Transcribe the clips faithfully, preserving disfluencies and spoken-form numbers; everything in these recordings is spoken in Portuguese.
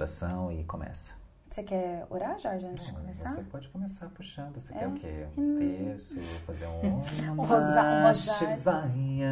oração e começa. Você quer orar, Jorge, antes Não, de começar? Você pode começar puxando. Você É? quer o quê? Um terço, fazer um... Um rosa- um rosário. Shivanha,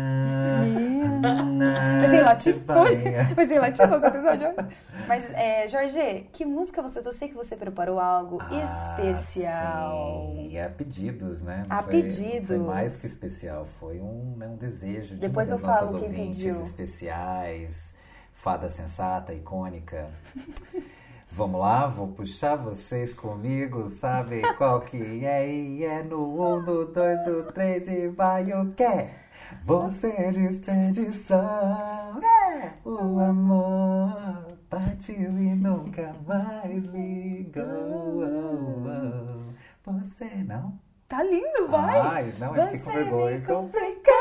Mas em latim? Shivanha. Mas em latim nosso episódio. Mas, é, Jorge, que música você... Eu sei que você preparou algo Ah, especial. Sim, e a pedidos, né? Não A foi, pedidos. Foi mais que especial, foi um, né, um desejo de Depois uma eu das nossas falo quem ouvintes pediu. especiais, fada sensata, icônica. Vamos lá, vou puxar vocês comigo, sabe qual que é? E é no um, no dois, no três e vai o quê? Você desperdiçou, é, o amor partiu e nunca mais ligou. Oh, oh. Você não? Tá lindo, vai! Ai, não, eu fiquei com Você vergonha. me complicou.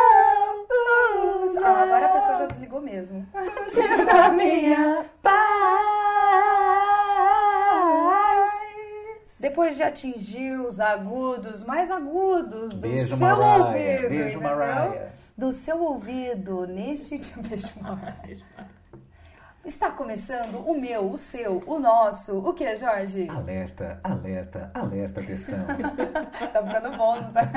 Ah, agora a pessoa já desligou mesmo. Da minha paz. Depois de atingir os agudos, mais agudos do Beijo, seu Mariah. ouvido, Beijo, entendeu? Mariah. Do seu ouvido, neste... Beijo, Mariah. Está começando o meu, o seu, o nosso. O que, Jorge? Alerta, alerta, alerta, textão. Tá ficando bom, não tá?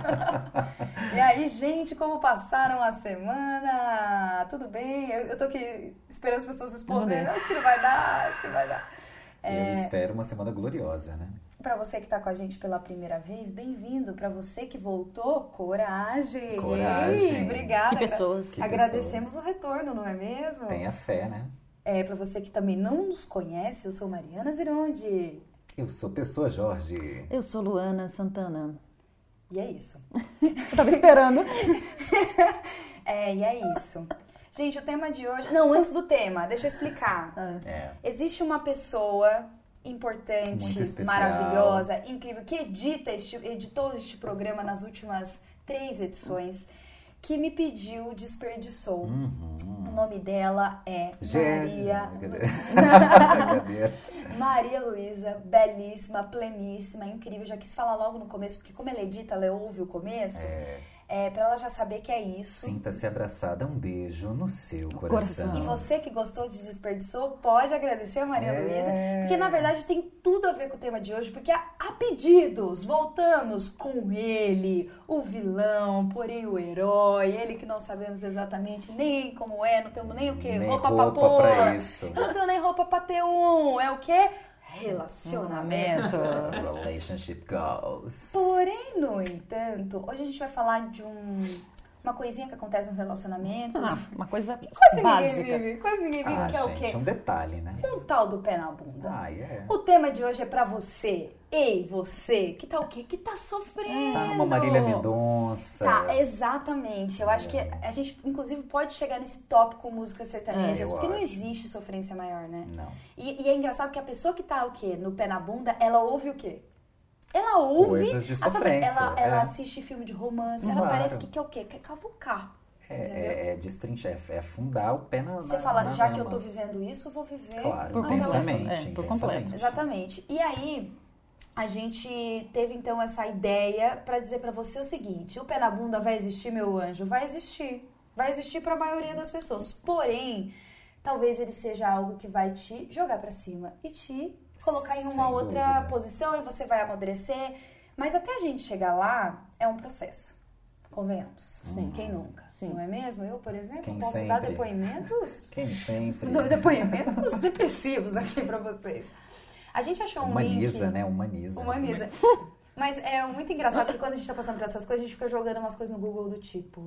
E aí, gente, como passaram a semana? Tudo bem? Eu, eu tô aqui esperando as pessoas responderem. Acho que não vai dar, acho que não vai dar. É... Eu espero uma semana gloriosa, né? Para você que tá com a gente pela primeira vez, bem-vindo. Para você que voltou, coragem. Coragem. Ei, obrigada. Que pessoas. Que Agradecemos pessoas. o retorno, não é mesmo? Tenha fé, né? É, para você que também não nos conhece, eu sou Mariana Zironde. Eu sou Pessoa Jorge. Eu sou Luana Santana. E é isso. Eu tava esperando. É, e é isso. Gente, o tema de hoje... Não, antes do tema, deixa eu explicar. É. Existe uma pessoa Muito importante, especial. maravilhosa, incrível, que edita este, editou este programa nas últimas três edições, que me pediu Desperdiçou. Uhum. O nome dela é Maria... Brincadeira. Maria Luísa, belíssima, pleníssima, incrível. Já quis falar logo no começo, porque como ela edita, ela ouve o começo, É. é, pra ela já saber que é isso. Sinta-se abraçada. Um beijo no seu coração. coração. E você que gostou de Desperdiçou, pode agradecer a Maria É. Luísa, porque na verdade tem tudo a ver com o tema de hoje, porque a, a pedidos, voltamos com ele, o vilão, porém o herói, ele que não sabemos exatamente nem como é, não temos nem o que, Nem roupa, roupa pra pôr, pra isso. eu não tenho nem roupa pra ter um, é o quê? Relacionamento. Relationship goals. Porém, no entanto, hoje a gente vai falar de um, uma coisinha que acontece nos relacionamentos. Ah, uma coisa Quase básica. ninguém vive, quase ninguém vive, Ah, que é o gente, quê? um detalhe, né? Um tal do pé na bunda. Ah, é. O tema de hoje é pra você, ei, você, que tá o quê? Que tá sofrendo. Tá numa Marília Mendonça. Tá, exatamente. Eu acho que a gente, inclusive, pode chegar nesse tópico músicas sertanejas, É, eu porque não acho. existe sofrência maior, né? Não. E, e é engraçado que a pessoa que tá o quê? No pé na bunda, ela ouve o quê? Ela ouve... Coisas de a sofrência. sofrência, Ela, ela é. assiste filme de romance, ela Claro. parece que quer o quê? Quer cavucar. É, Entendeu? é, é destrinchar, é, é afundar o pé na Você na- fala, na já que eu lama. tô vivendo isso, eu vou viver... Claro, Por intensamente. completo. É, por intensamente. completo. Exatamente. E aí, a gente teve então essa ideia pra dizer pra você o seguinte: o pé na bunda vai existir, meu anjo? Vai existir. Vai existir pra maioria das pessoas. Porém, talvez ele seja algo que vai te jogar pra cima e te colocar em uma Sem outra dúvida. posição e você vai amadurecer. Mas até a gente chegar lá, é um processo. Convenhamos. Sim. Quem nunca? Sim. Não é mesmo? Eu, por exemplo, Quem posso dar sempre? depoimentos... Quem sempre. depoimentos depressivos aqui pra vocês. A gente achou um Humaniza, link... né? Humaniza. Humaniza. Mas é muito engraçado que quando a gente tá passando por essas coisas, a gente fica jogando umas coisas no Google do tipo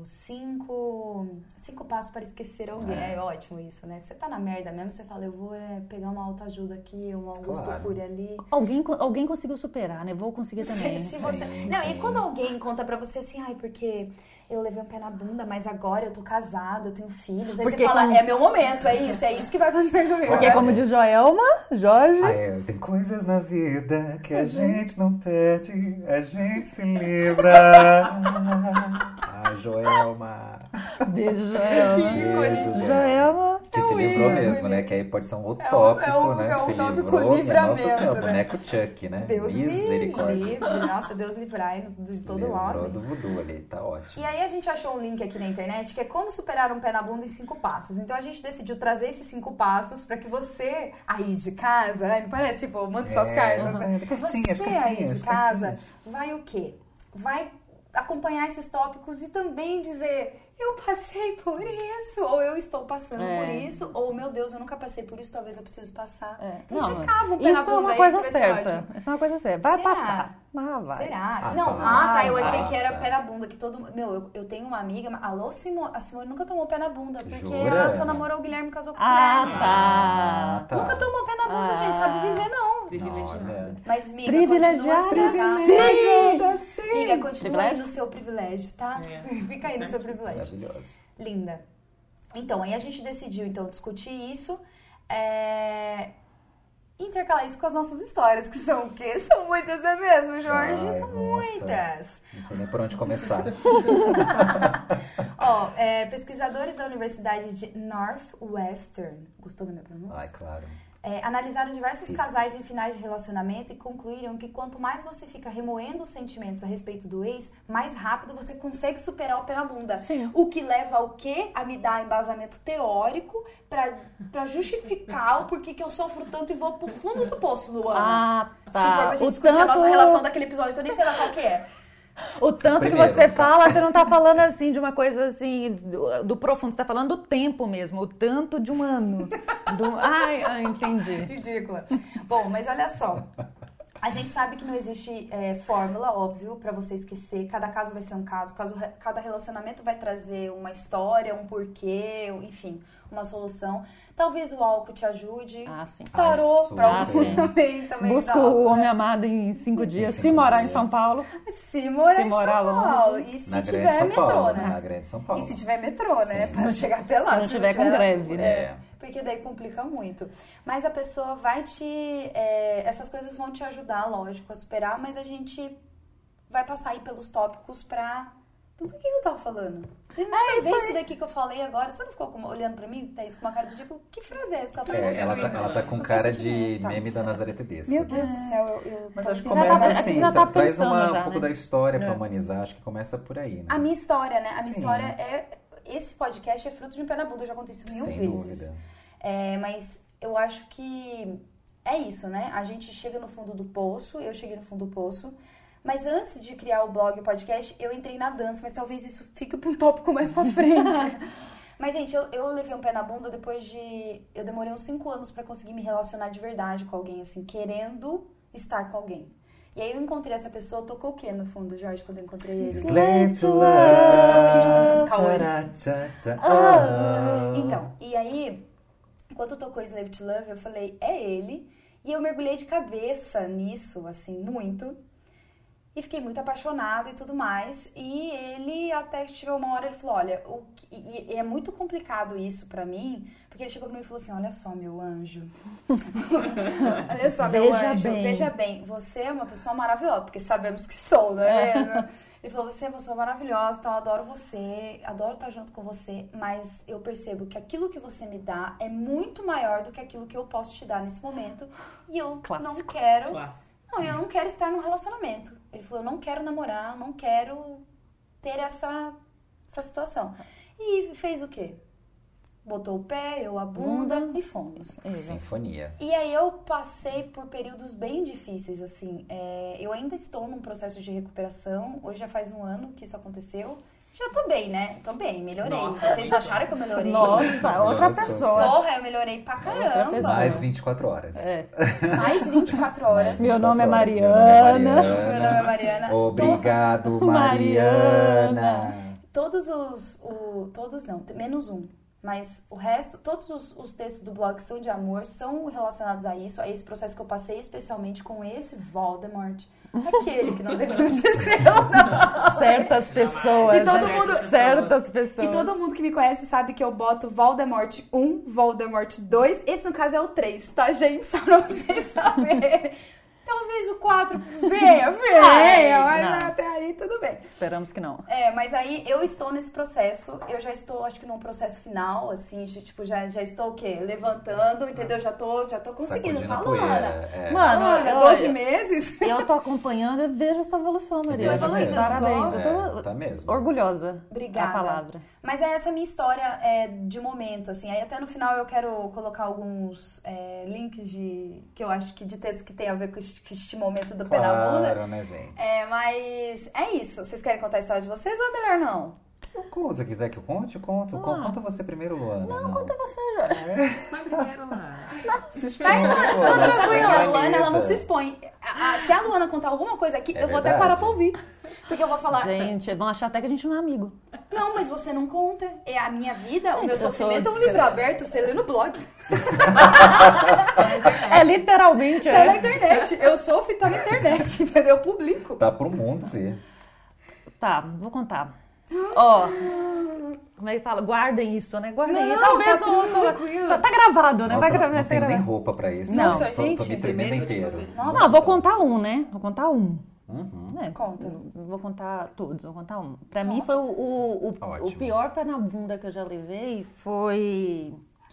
cinco, cinco passos para esquecer alguém. É. É. ótimo isso, né? Você tá na merda mesmo, você fala, eu vou é, pegar uma autoajuda aqui, um Augusto Claro. Cury ali. Alguém, alguém conseguiu superar, né? Vou conseguir também. Se, se você... Sim, Não, sim. e quando alguém conta pra você assim, ai, porque eu levei um pé na bunda, mas agora eu tô casado, eu tenho filhos. Aí Porque você fala, como- é meu momento, é isso, é isso que vai acontecer comigo. Porque né? como diz Joelma, Jorge... Ah, é, tem coisas na vida que a gente não perde, a gente se livra. Ah, Joelma. Beijo, Joelma. Que ícone. Beijo, Joelma. Que se um livrou ícone. mesmo, né? Que aí pode ser um outro É um- tópico, é um- né? é um se tópico livrou, minha livramento, nossa senhora, né? boneco Chuck, né? Deus me Misericórdia. livre. Nossa, Deus livrai-nos de Se todo livrou homem. do voodoo ali, tá ótimo. E aí a gente achou um link aqui na internet que é como superar um pé na bunda em cinco passos. Então a gente decidiu trazer esses cinco passos para que você aí de casa, ai, não parece tipo, manda suas É, cartas, né? uhum, cartinhas, Você cartinhas, aí de casa cartinhas. vai o quê? Vai acompanhar esses tópicos e também dizer eu passei por isso, ou eu estou passando É. por isso, ou meu Deus, eu nunca passei por isso, talvez eu precise passar. É. E você Não, cava um pé na isso é bunda uma aí coisa por esse certa. ódio. Isso é uma coisa certa. Vai Será? passar. Ah, vai. Será? Ah, não, passa, ah, tá, eu achei que era passa. pé na bunda, que todo Meu, eu, eu tenho uma amiga, alô, Simone, a Simone nunca tomou pé na bunda, porque Jura? ela só namorou o Guilherme e casou com o Ah, Guilherme. tá. Ah, tá. Nunca tomou pé na bunda, Ah. gente, sabe viver não. Privilegiada. Mas, miga, Privilegiada, continua assim, tá? privilegiada, sim. Miga, continua aí Privilégio? no seu privilégio, tá? É. Fica aí no seu privilégio. Maravilhoso. Linda. Então, aí a gente decidiu, então, discutir isso, é... intercalar isso com as nossas histórias, que são o quê? São muitas, não é mesmo, Jorge? Ai, são nossa. muitas. Não sei nem por onde começar. Ó, é, pesquisadores da Universidade de Northwestern, gostou da minha pronúncia? Ai, claro. É, analisaram diversos Isso. casais em finais de relacionamento e concluíram que quanto mais você fica remoendo os sentimentos a respeito do ex, mais rápido você consegue superar o pé na bunda. Sim. O que leva ao quê? A me dar embasamento teórico pra, pra justificar o porquê que eu sofro tanto e vou pro fundo do poço, Luana. Ah, tá. Se for pra gente O discutir a tanto- nossa relação daquele episódio, que eu nem sei lá qual que é. O tanto Primeiro, que você no fala, caso. você não tá falando assim de uma coisa assim, do, do profundo, você tá falando do tempo mesmo, o tanto de um ano. Do... Ai, ai, entendi. Ridícula. Bom, mas olha só. A gente sabe que não existe é, fórmula, óbvio, pra você esquecer. Cada caso vai ser um caso. caso. Cada relacionamento vai trazer uma história, um porquê, enfim, uma solução. Talvez o álcool te ajude. Ah, sim. Tarô, Ai, pra super. alguns Ah, sim. também, também Busco dá, o né? homem amado em cinco dias, cinco se morar em dias. São Paulo. Se morar Se em morar São longe. Paulo. E se Na grande tiver São metrô, Paulo, né? Na grande São Paulo. E se tiver metrô, né? Sim. Pra chegar até lá. Se não tiver com greve, né? É, porque daí complica muito. Mas a pessoa vai te... é, essas coisas vão te ajudar, lógico, a superar, mas a gente vai passar aí pelos tópicos pra... Do que eu tava falando? Tem nada a ver isso daqui que eu falei agora. Você não ficou com- olhando pra mim, Thaís, com uma cara de tipo, que frase é essa que ela tá É, ela, construindo? tá, ela tá com Não cara faz de sentido. Tá. meme da Nazaré Tedesco. Meu Deus do céu, eu... eu Mas tô acho que assim, começa tá- assim, aqui já tá tra- traz pensando uma, já, um pouco né? da história pra É. humanizar, acho que começa por aí, né? A minha história, né? A minha Sim. história é... Esse podcast é fruto de um pé na bunda, eu já contei isso mil Sem vezes. dúvida. É, mas eu acho que é isso, né? A gente chega no fundo do poço, eu cheguei no fundo do poço. Mas antes de criar o blog e o podcast, eu entrei na dança, mas talvez isso fique pra um tópico mais pra frente. Mas, gente, eu, eu levei um pé na bunda depois de... Eu demorei uns cinco anos pra conseguir me relacionar de verdade com alguém, assim, querendo estar com alguém. E aí eu encontrei essa pessoa, tocou o quê no fundo, Jorge, quando eu encontrei ele? Slave to A gente tá de love. musical hoje. tchá, tchá, tchá, oh. Então, e aí, quando tocou Slave to Love, eu falei, é ele. E eu mergulhei de cabeça nisso, assim, muito. E fiquei muito apaixonada e tudo mais. E ele até chegou uma hora, ele falou, olha, o que... e, e é muito complicado isso pra mim, porque ele chegou pra mim e falou assim, olha só, meu anjo. Olha só, meu Veja anjo, bem. veja bem, você é uma pessoa maravilhosa, porque sabemos que sou, não é mesmo? Ele falou, você é uma pessoa maravilhosa, então eu adoro você, adoro estar junto com você, mas eu percebo que aquilo que você me dá é muito maior do que aquilo que eu posso te dar nesse momento. E eu não Clássico. quero... Clássico. Não, eu não quero estar num relacionamento. Ele falou, eu não quero namorar, eu não quero ter essa, essa situação. E fez o quê? Botou o pé, eu a bunda Bunda. e fomos. Sinfonia. E aí eu passei por períodos bem difíceis, assim. É, eu ainda estou num processo de recuperação. Hoje já faz um ano que isso aconteceu. Já tô bem, né? Tô bem, melhorei. Nossa, Vocês muito acharam que eu melhorei? Nossa, outra Nossa. pessoa. Porra, eu melhorei pra caramba. pessoa. Mais vinte e quatro horas. É. Mais vinte e quatro horas. Mais Meu nome é 24 horas. Mariana. Meu nome é Meu nome é Mariana. Obrigado, Mariana. Mariana. Todos os... O, todos não, menos um. Mas o resto, todos os, os textos do blog são de amor, são relacionados a isso, a esse processo que eu passei, especialmente com esse Voldemort. Aquele que não devemos dizer o nome. Certas pessoas. E todo né? mundo- Certas pessoas. E todo mundo que me conhece sabe que eu boto Voldemort um, Voldemort dois. Esse, no caso, é o três, tá, gente? Só pra vocês saberem. Talvez o quatro venha, venha, Ai, mas não. até aí tudo tudo bem. Esperamos que não. É, mas aí eu estou nesse processo, eu já estou, acho que num processo final, assim, de, tipo, já, já estou o quê? Levantando, entendeu? Já tô, já tô conseguindo, Sacudindo tá, a poeira, Luana? é. Mano, Luana, eu- doze meses. Eu tô acompanhando e vejo essa evolução, Maria. Tô evoluindo, Parabéns, tô. eu tô É, tá mesmo. orgulhosa. Obrigada. É a palavra. Mas é essa minha história é, de momento, assim. Aí até no final eu quero colocar alguns é, links de, que eu acho que de texto que tem a ver com este, com este momento do pé na bunda. Claro, né, gente? É, mas é isso. Vocês querem contar a história de vocês ou é melhor não? Se você quiser que eu conte, eu conto. Con- Conta você primeiro, Luana. Não, conta você, Jorge. Mas primeiro lá. Se Vai, expõe, Luana, pô, Luana, já sabe põe que a na Luana ela não mesa. se expõe. A- a- se a Luana contar alguma coisa aqui, É eu vou até verdade. parar pra ouvir. Porque eu vou falar, Gente, vão achar até que a gente não é amigo. não, mas você não conta. É a minha vida, o Gente, meu eu sou sofrimento é um discreta. livro aberto, você lê no blog. É literalmente, Tá na é. internet. Eu sofro e tá na internet, entendeu? Eu publico. Tá pro mundo ver. Tá, vou contar. Ó, como é que fala? Guardem isso, né? Guardem Não, isso. Talvez tá não. tudo Só, tranquilo. só tá gravado, né? Nossa, Vai gravar, não vai tem nem gravar. roupa pra isso. Não. Nossa, tô, tô me Gente, tremendo primeiro que eu inteiro. te vi. Nossa, Não, vou contar um, né? Vou contar um. Uhum. É, Conta. Vou contar todos, vou contar um. Pra mim Nossa. foi o, o, o, Ótimo. o pior pé na bunda que eu já levei foi...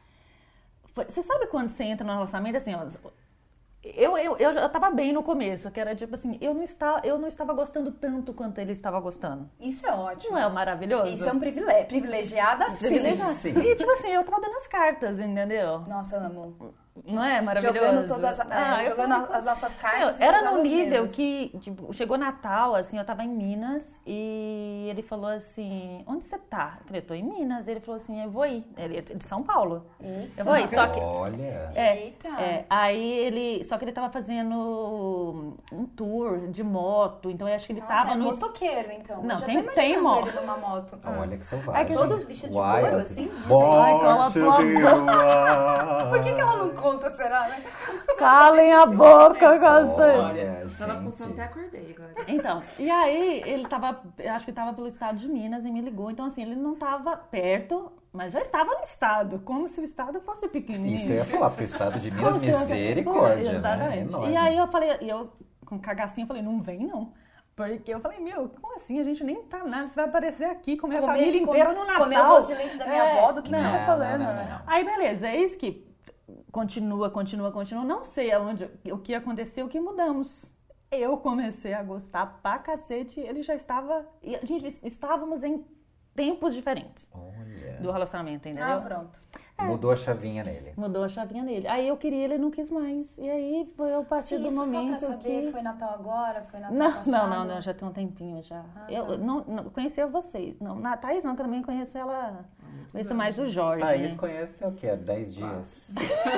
foi- Você sabe quando você entra no relacionamento, assim, ó, eu, eu, eu, eu tava bem no começo, que era tipo assim, eu não, está, eu não estava gostando tanto quanto ele estava gostando. Isso é ótimo. Não é maravilhoso? Isso é um privilégio. Privilegiada, sim. Privilegiado. Sim. E tipo assim, eu tava dando as cartas, entendeu? Nossa, amo. Não é maravilhoso? Jogando todas é, Ah, eu jogando falei, as nossas Meu, cartas. em era todas num as nível mesas. que, tipo, chegou Natal, assim, eu tava em Minas e ele falou assim, onde você tá? Eu falei, eu tô em Minas. Ele falou assim, eu vou ir. Ele é de São Paulo. Eita. Eu vou ir, só que... Olha. É, Eita. é, aí ele, só que ele tava fazendo um tour de moto, então eu acho que ele Nossa, tava é no... motoqueiro, então. Não, Já tem- tô tem imaginando moto. ele numa moto. Olha que É selvagem. que todo vestido de Wild. couro, assim? Ai, cala Born to tua be wild. Por que, que ela não conta, será, né? Calem a boca, cacete! Olha, Tava gente. com sono, até acordei agora. Então, e aí ele tava, eu acho que tava pelo estado de Minas e me ligou. Então, assim, ele não tava perto, mas já estava no estado, como se o estado fosse pequenininho. Isso que eu ia falar, porque o estado de Minas, Como se- misericórdia, né? Exatamente. Enorme. E aí eu falei, e eu com cagacinho, eu falei, não vem não. Porque eu falei, meu, como assim? A gente nem tá nada, você vai aparecer aqui com a minha Comer- família inteira no Natal. Comer o doce de leite da minha É, avó, do que, que não. você tá falando, Não, não, né? não, não. Aí, beleza, eis que continua, continua, continua. Não sei aonde, o que aconteceu, o que mudamos. Eu comecei a gostar pra cacete, ele já estava... E a gente estávamos em tempos diferentes Olha. do relacionamento, entendeu? Ah, pronto. Mudou a chavinha nele. Mudou a chavinha dele. Aí eu queria, ele não quis mais. E aí foi eu passei Sim, do isso momento só pra saber, que... foi Natal agora? Foi Natal Não, passado? não, não, não, já tem um tempinho já. Ah, eu tá. não, não conhecia vocês. Não, na Thaís não, que eu também conheço ela. Conheço mais o Jorge. Thaís né? conhece o quê? Há dez dias.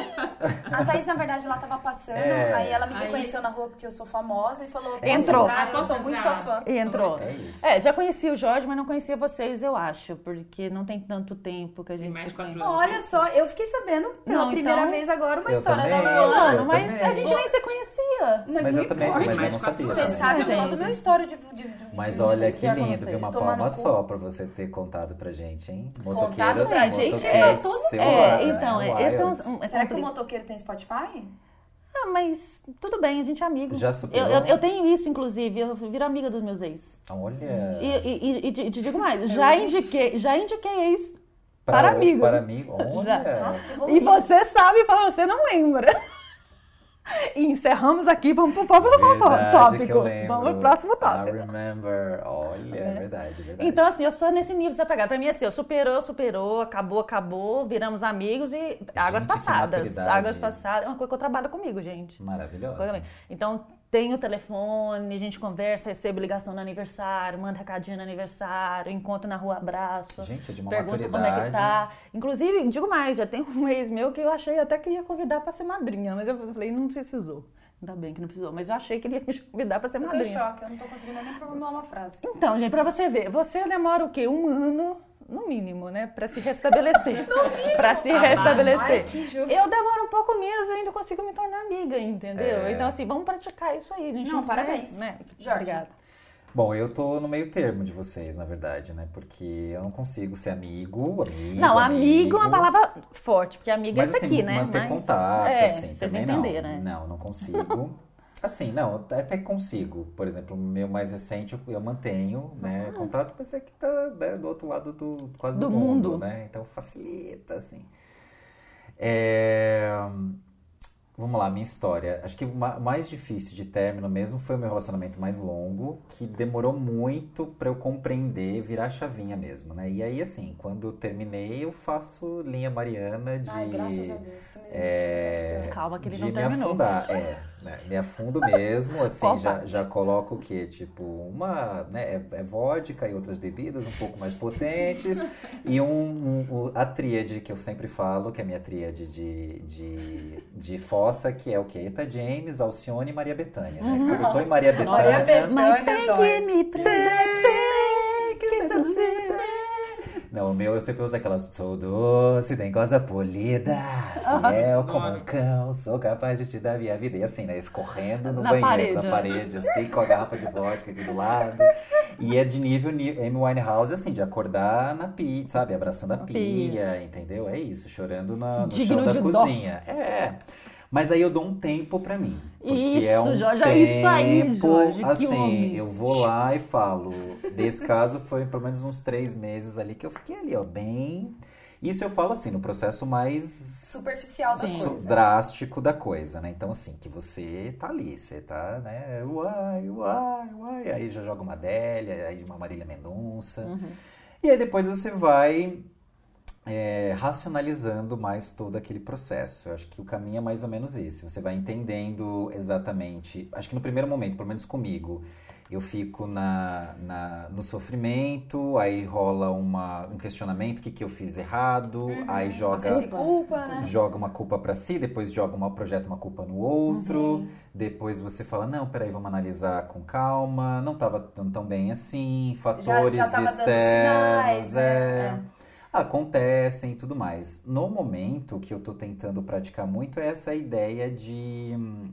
A Thaís, na verdade, ela tava passando, É. aí ela me Aí- reconheceu na rua porque eu sou famosa e falou... Entrou. "Posso entrar? Eu sou muito sua fã. E entrou. É isso. É, já conhecia o Jorge, mas não conhecia vocês, eu acho. Porque não tem tanto tempo que a gente mais se de quatro conhece. anos. Olha só, eu fiquei sabendo pela Não, primeira então- vez agora uma Eu história também. da Luana. Mano, Eu mas também. a gente nem se conhecia. Mas, Mas não eu também, importa. mas eu Mais não de quatro sabia. anos. Você também. sabe por Gente. causa do meu história de... de, de Mas de- olha que que lindo, preconceito. viu? Uma Tomar palma no cu. só pra você ter contado pra gente, hein? Contado pra gente, motoqueiro é todo- seu É, lado, então, né? esse é um. Wild. um- é Será que o compli- motoqueiro tem Spotify? Ah, mas tudo bem, a gente é amigo. Já superou? Eu, eu, eu tenho isso, inclusive, eu viro amiga dos meus ex. Olha. E, e, e, e te- te digo mais, já indiquei, já indiquei ex Pra- para amigo. Para amigo. Olha. Já. Nossa, que E evoluído. você sabe, mas você não lembra. E encerramos aqui, vamos pro próximo Verdade tópico. que eu lembro. Vamos pro próximo I tópico. remember. Olha, é verdade, é verdade. Então, assim, eu sou nesse nível de desapegado. Pra mim, assim, eu superou, superou, acabou, acabou, viramos amigos e águas Gente, que passadas. maturidade. Águas passadas. É uma coisa que eu trabalho comigo, gente. Maravilhosa. Coisa bem. Então, tenho o telefone, a gente conversa, recebo ligação no aniversário, manda recadinho no aniversário, encontro na rua, abraço. Gente, é de uma pergunto como é que maturidade. tá. Inclusive, digo mais, já tem um ex meu que eu achei até que ia convidar pra ser madrinha, mas eu falei, não precisou. Ainda bem que não precisou, mas eu achei que ele ia me convidar pra ser Eu tô em madrinha. choque, eu não tô conseguindo nem formular uma frase. Então, gente, pra você ver, você demora o quê? Um ano, no mínimo, né? Pra se restabelecer. no mínimo. Pra se restabelecer. Ai, que justo. Eu demoro um pouco menos e ainda consigo me tornar amiga, entendeu? É. Então, assim, vamos praticar isso aí. A gente Não, vai, parabéns. Né? Jorge. Obrigada. Bom, eu tô no meio termo de vocês, na verdade, né? Porque eu não consigo ser amigo, amigo, Não, amigo é uma palavra forte, porque amiga Mas é isso assim, aqui, né? manter Mas, contato, é, assim, vocês também entenderam, não. né? Não, não consigo. Assim, não, até consigo. Por exemplo, o meu mais recente eu, eu mantenho, né, contato, mas é que tá, né, do outro lado do quase do, Do mundo, mundo. né? Então facilita, assim. É, Vamos lá, minha história. Acho que o ma- mais difícil de término mesmo foi o meu relacionamento mais longo, que demorou muito pra eu compreender, virar a chavinha mesmo, né? E aí, assim, quando eu terminei, eu faço linha mariana de... Ai, graças a Deus. Isso mesmo, É, isso Calma que ele de não me terminou. afundar, é, né? Me afundo mesmo, assim, Qual já, parte? já coloco o quê? Tipo, uma, né, é, é vodka e outras bebidas um pouco mais potentes, e um, um- o- a tríade que eu sempre falo, que é a minha tríade de, de, de fossa, que é o quê? Eta James, Alcione e Maria Bethânia, né? Quando eu tô em Maria Maria Bethânia... Bethânia. Mas tem dói. que me prender, que seduzir. Não, o meu eu sempre uso aquelas. Sou doce, dengosa, polida, fiel como um cão, sou capaz de te dar minha vida. E assim, né? Escorrendo no Na banheiro, parede, na né? parede, assim, com a garrafa de vodka aqui do lado. E é de nível ni- Amy Winehouse, assim, de acordar na pia, sabe? Abraçando a pia, pia. entendeu? É isso, chorando na- no Digno chão da de dó. cozinha. É. Mas aí eu dou um tempo pra mim. Porque é Isso, um Jorge, é isso aí, tempo, Jorge, que assim, homem. eu vou lá e falo. Desse caso foi pelo menos uns três meses ali que eu fiquei ali, ó, bem. Isso eu falo assim, no processo mais Superficial da su- coisa. drástico da coisa, né? Então, assim, que você tá ali, você tá, né? Uai, uai, uai. Aí já joga uma Adélia, aí uma Marília Mendonça. Uhum. E aí depois você vai é, racionalizando mais todo aquele processo. Eu acho que o caminho é mais ou menos esse. Você vai entendendo exatamente. Acho que no primeiro momento, pelo menos comigo, eu fico na, na- no sofrimento, aí rola uma, um questionamento, o que, que eu fiz errado, aí joga, Você se culpa, né? joga uma culpa pra si, depois joga uma, projeta uma culpa no outro, Sim. depois você fala, não, peraí, vamos analisar com calma, não tava tão, tão bem assim, fatores já tava dando externos, sinais, né? é, É. acontecem e tudo mais. No momento, o que eu tô tentando praticar muito é essa ideia de hum,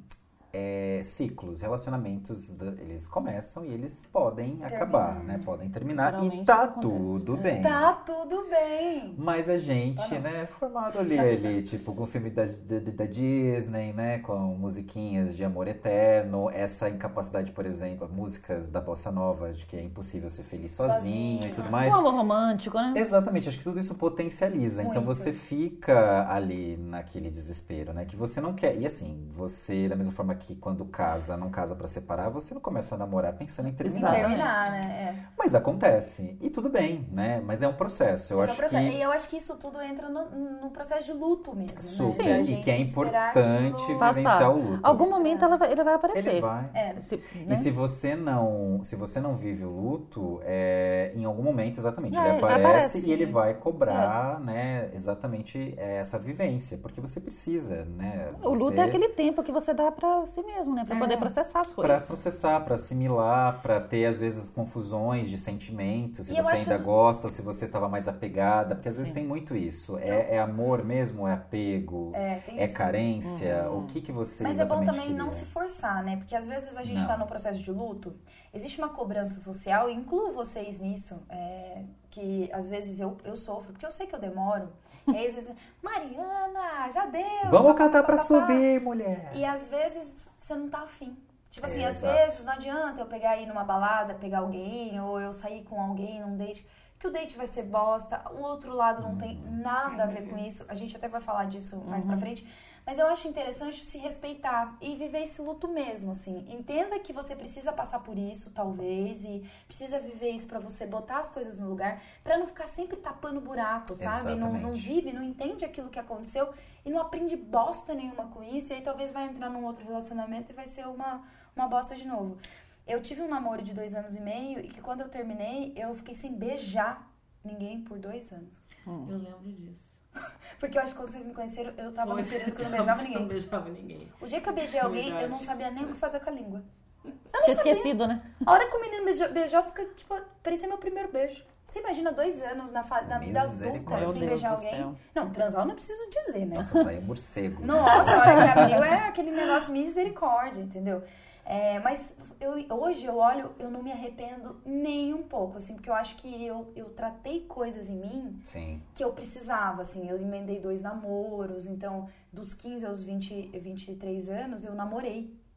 é, ciclos, relacionamentos, da- eles começam e eles podem acabar, né? Podem terminar e Geralmente tá acontece. tudo É. bem. Tá tudo bem. Mas a gente, né, formado ali, ali, tipo, com o filme da, da, da Disney, né, com musiquinhas de amor eterno, essa incapacidade, por exemplo, músicas da bossa nova, de que é impossível ser feliz sozinho, Sozinho. e tudo mais. Um amor romântico, né? Exatamente, acho que tudo isso potencializa. Então Muito. você fica ali naquele desespero, né? Que você não quer. E assim, você, da mesma forma que quando casa, não casa pra separar, você não começa a namorar pensando em Em terminar. terminar, né? É. Mas acontece. E tudo bem, né? Mas é um processo. Eu Esse é o acho processo. que. E eu acho que isso tudo entra no, no processo de luto mesmo, Super. né? Pra E gente que é esperar importante aquilo- Passar. vivenciar o luto. Algum momento ela vai- ele vai aparecer. Ele vai. É. Se- E né? se você não, se você não vive o luto, é, em algum momento, exatamente, É, ele ele aparece aparece. e ele vai cobrar, né, exatamente é, essa vivência, porque você precisa, né? O luto você- é aquele tempo que você dá pra si mesmo, né? Pra É, poder processar as Pra coisas. processar, pra assimilar, pra ter às vezes confusões de sentimentos, se E eu você acho- ainda gosta ou se você estava mais apegada, porque às vezes Sim. tem muito isso. É, é amor mesmo, é apego, É, tem é isso. carência, Uhum. o que que você Mas é bom exatamente também não queria? se forçar, né? Porque às vezes a gente Não. tá no processo de luto, existe uma cobrança social, e incluo vocês nisso, é, que às vezes eu, eu sofro, porque eu sei que eu demoro. E aí às vezes, Mariana, já deu! Vamos papá, cantar pra papá. subir, mulher! E às vezes você não tá afim. Tipo assim, É, às exato. vezes não adianta eu pegar aí numa balada, pegar alguém, ou eu sair com alguém num date, que o date vai ser bosta, o outro lado não tem nada a ver com isso. A gente até vai falar disso mais pra frente. Mas eu acho interessante se respeitar e viver esse luto mesmo, assim. Entenda que você precisa passar por isso, talvez, e precisa viver isso pra você botar as coisas no lugar, pra não ficar sempre tapando buraco, sabe? Não, não Exatamente. vive, não entende aquilo que aconteceu e não aprende bosta nenhuma com isso, e aí talvez vai entrar num outro relacionamento e vai ser uma, uma bosta de novo. Eu tive um namoro de dois anos e meio e que quando eu terminei, eu fiquei sem beijar ninguém por dois anos. Eu lembro disso. Porque eu acho que quando vocês me conheceram, eu tava Foi. no período que eu não beijava Você ninguém. não beijava ninguém. O dia que eu beijei alguém, eu não Verdade. sabia nem o que fazer com a língua. Eu não Tinha sabia. esquecido, né? A hora que o menino beijou, beijou fica, tipo, parecia meu primeiro beijo. Você imagina dois anos na, fa- na vida adulta Misericórdia. Meu sem Deus beijar do alguém? céu. Não, transar eu não preciso dizer, né? Nossa, saiu morcego. Nossa, a hora que abriu é aquele negócio misericórdia, entendeu? É, mas eu, hoje eu olho, eu não me arrependo nem um pouco, assim, porque eu acho que eu, eu tratei coisas em mim Sim. que eu precisava, assim, eu emendei dois namoros, então dos quinze aos vinte, vinte e três anos eu namorei.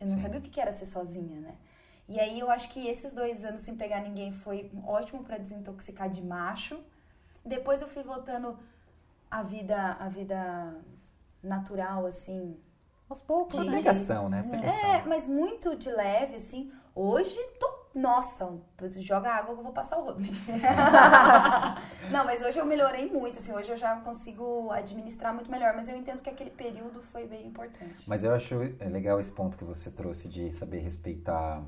Eu não Sim. sabia o que era ser sozinha, né? E aí eu acho que esses dois anos sem pegar ninguém foi ótimo pra desintoxicar de macho. Depois eu fui voltando à vida, à vida natural, assim. Aos poucos, Uma né? pegação, né? Pegação. É, mas muito de leve, assim. Hoje, tô, nossa, joga água que eu vou passar o rodo. Não, mas hoje eu melhorei muito, assim. Hoje eu já consigo administrar muito melhor. Mas eu entendo que aquele período foi bem importante. Mas eu acho legal esse ponto que você trouxe de saber respeitar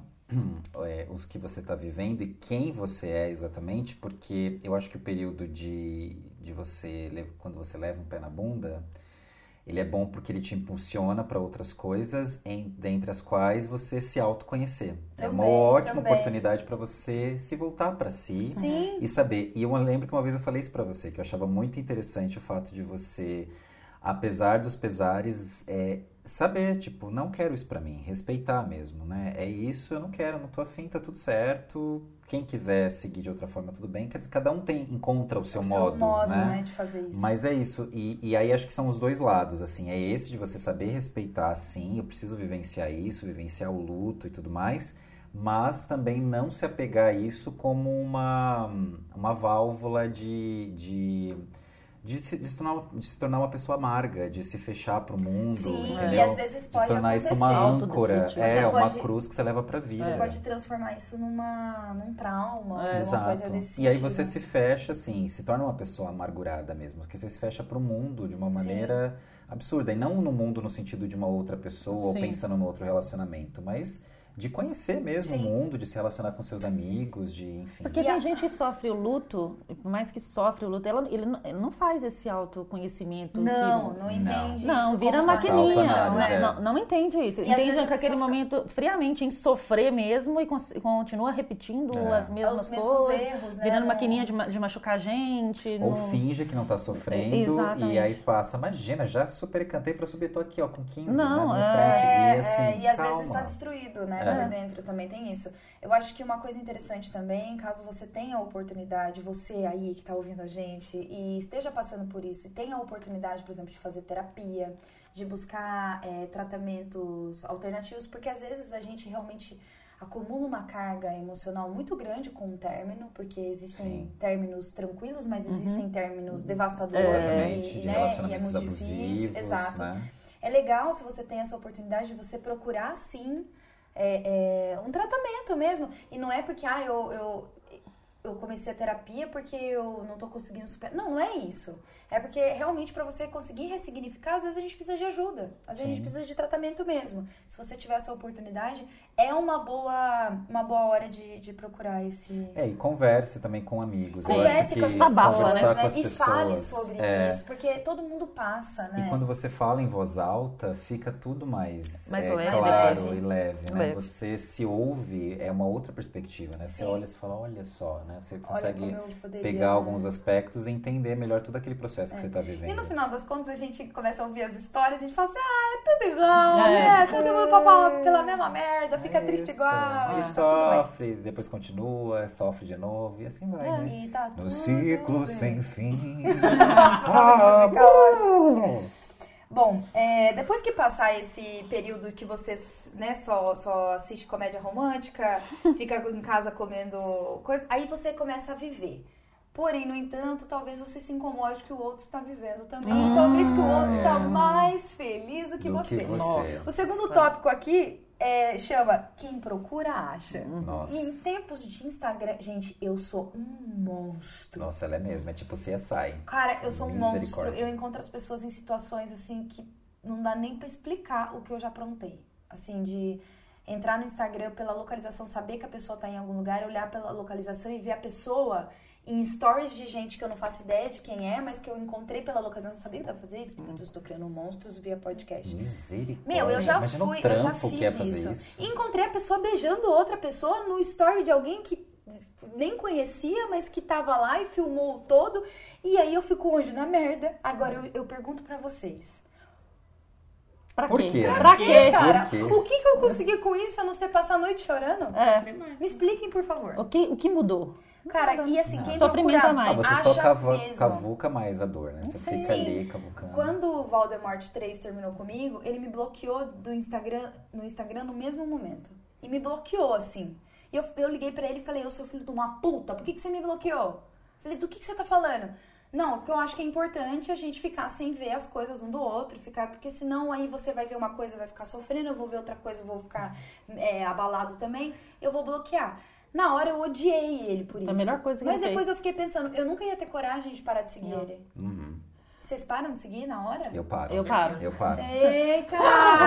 é, os que você está vivendo e quem você é exatamente, porque eu acho que o período de, de você, quando você leva um pé na bunda, ele é bom porque ele te impulsiona para outras coisas, em, dentre as quais você se autoconhecer. É uma Também, ótima também. oportunidade para você se voltar para si Sim. e saber. E eu lembro que uma vez eu falei isso para você, que eu achava muito interessante o fato de você, apesar dos pesares, é, saber, tipo, não quero isso pra mim, respeitar mesmo, né? É isso, eu não quero, não tô afim, tá tudo certo. Quem quiser seguir de outra forma, tudo bem. Quer dizer, cada um tem, encontra o seu o modo, seu modo, né? né, de fazer isso. Mas é isso, e, e aí acho que são os dois lados, assim, é esse de você saber respeitar, sim, eu preciso vivenciar isso, vivenciar o luto e tudo mais, mas também não se apegar a isso como uma, uma válvula de... de De se, de, se tornar, de se tornar uma pessoa amarga, de se fechar pro mundo, Sim, entendeu? e às vezes de pode se tornar acontecer. isso uma âncora, Autodestrutivo. é, Você uma pode- cruz que você leva pra vida. Você pode transformar isso numa, num trauma, É. uma Exato. coisa desse E aí sentido. você se fecha, assim, se torna uma pessoa amargurada mesmo, porque você se fecha pro mundo de uma maneira absurda. E não no mundo no sentido de uma outra pessoa ou Sim. pensando no outro relacionamento, mas de conhecer mesmo Sim. o mundo, de se relacionar com seus amigos, de, enfim. Porque E tem a- gente que sofre o luto, e por mais que sofre o luto, ela, ele, não, ele não faz esse autoconhecimento. Não, que, não entende Não, isso vira como Essa maquininha. autoanálise, Não, é. não, não entende isso. E às vezes Entende a naquele pessoa momento friamente em sofrer mesmo e cons- continua repetindo É. as mesmas Os mesmos coisas. erros, né? Virando Não- maquininha de, ma- de machucar gente. Ou não- finge que não tá sofrendo Exatamente. e aí passa, imagina, já super cantei pra subir, tô aqui, ó, com quinze Não, na minha é- frente. É, e assim, é, e às calma. vezes está destruído, né? É. Por dentro também tem isso. Eu acho que uma coisa interessante também, caso você tenha a oportunidade, você aí que está ouvindo a gente e esteja passando por isso, e tenha a oportunidade, por exemplo, de fazer terapia, de buscar é, tratamentos alternativos, porque às vezes a gente realmente acumula uma carga emocional muito grande com um término, porque existem Sim. términos tranquilos, mas existem términos devastadores. Exatamente, e, de né, relacionamentos e é muito abusivos, difícil. Exato. né? É legal se você tem essa oportunidade de você procurar, sim, é, é, um tratamento mesmo. E não é porque, ah, eu, eu, eu comecei a terapia porque eu não tô conseguindo superar. Não, não é isso. É porque realmente para você conseguir ressignificar, às vezes a gente precisa de ajuda. Às vezes a gente Sim. precisa de tratamento mesmo. Se você tiver essa oportunidade, é uma boa, uma boa hora de, de procurar esse... É, e converse também com amigos. Sim. Eu acho Converse que com as Desabafa, conversar né? com as E pessoas. fale sobre é, isso, porque todo mundo passa, né? E quando você fala em voz alta, fica tudo mais, Mais é, leve, claro leve. e leve, né? Leve. Você se ouve, é uma outra perspectiva, né? Você Sim. olha e fala, olha só, né? Você Olha consegue como eu poderia, pegar né? alguns aspectos e entender melhor todo aquele processo que você está E vivendo. no final das contas, a gente começa a ouvir as histórias, a gente fala assim, ah, é tudo igual, É. né? Todo mundo papa pela mesma merda, fica É triste isso. igual. E tá sofre, depois continua, sofre de novo e assim vai, tudo né? bem. E tá No tudo ciclo bem. sem fim. Nossa, tá muito musical hoje. uh! Bom, é, depois que passar esse período que você né, só, só assiste comédia romântica, fica em casa comendo coisa, aí você começa a viver. Porém, no entanto, talvez você se incomode que o outro está vivendo também. Ah, e talvez que o outro é. está mais feliz do que Do você. que você. Nossa. O segundo tópico aqui é, chama Quem Procura Acha. Nossa. E em tempos de Instagram, gente, eu sou um monstro. Nossa, ela é mesmo, é tipo C S I. Cara, eu sou um monstro. Misericórdia. Eu encontro as pessoas em situações assim que não dá nem pra explicar o que eu já aprontei. Assim, de entrar no Instagram pela localização, saber que a pessoa tá em algum lugar, olhar pela localização e ver a pessoa em stories de gente que eu não faço ideia de quem é, mas que eu encontrei pela localização. Sabia que dá pra fazer isso? Porque eu estou criando monstros via podcast. Misericórdia. Meu, eu já Imagina fui, o eu já trampo fiz que é fazer isso. isso. E encontrei a pessoa beijando outra pessoa no story de alguém que nem conhecia, mas que tava lá e filmou o todo. E aí eu fico onde? Na merda. Agora eu, eu pergunto pra vocês. Pra Por quê? quê? Pra Por quê? quê, cara? Por quê? O que, que eu consegui com isso a não ser passar a noite chorando? É. Sofri mais. Me expliquem, por favor. O que, o que mudou? Cara, Nada. e assim, Não. quem Sofrimento procura, a mais. Ah, você acha só cava, mesmo. cavuca mais a dor, né? Você Sim. fica ali cavucando. Quando o Voldemort três terminou comigo, ele me bloqueou do Instagram, no Instagram no mesmo momento. E me bloqueou, assim. E eu, eu liguei pra ele e falei, eu sou filho de uma puta, por que, que você me bloqueou? Falei, do que, que você tá falando? Não, porque eu acho que é importante a gente ficar sem ver as coisas um do outro, ficar, porque senão aí você vai ver uma coisa e vai ficar sofrendo, eu vou ver outra coisa e vou ficar é, abalado também, eu vou bloquear. Na hora eu odiei ele por isso. Foi a melhor coisa que Mas ele depois fez. eu fiquei pensando, eu nunca ia ter coragem de parar de seguir Não. ele. Uhum. Vocês param de seguir na hora? Eu paro. Eu paro. Eu paro. Eita!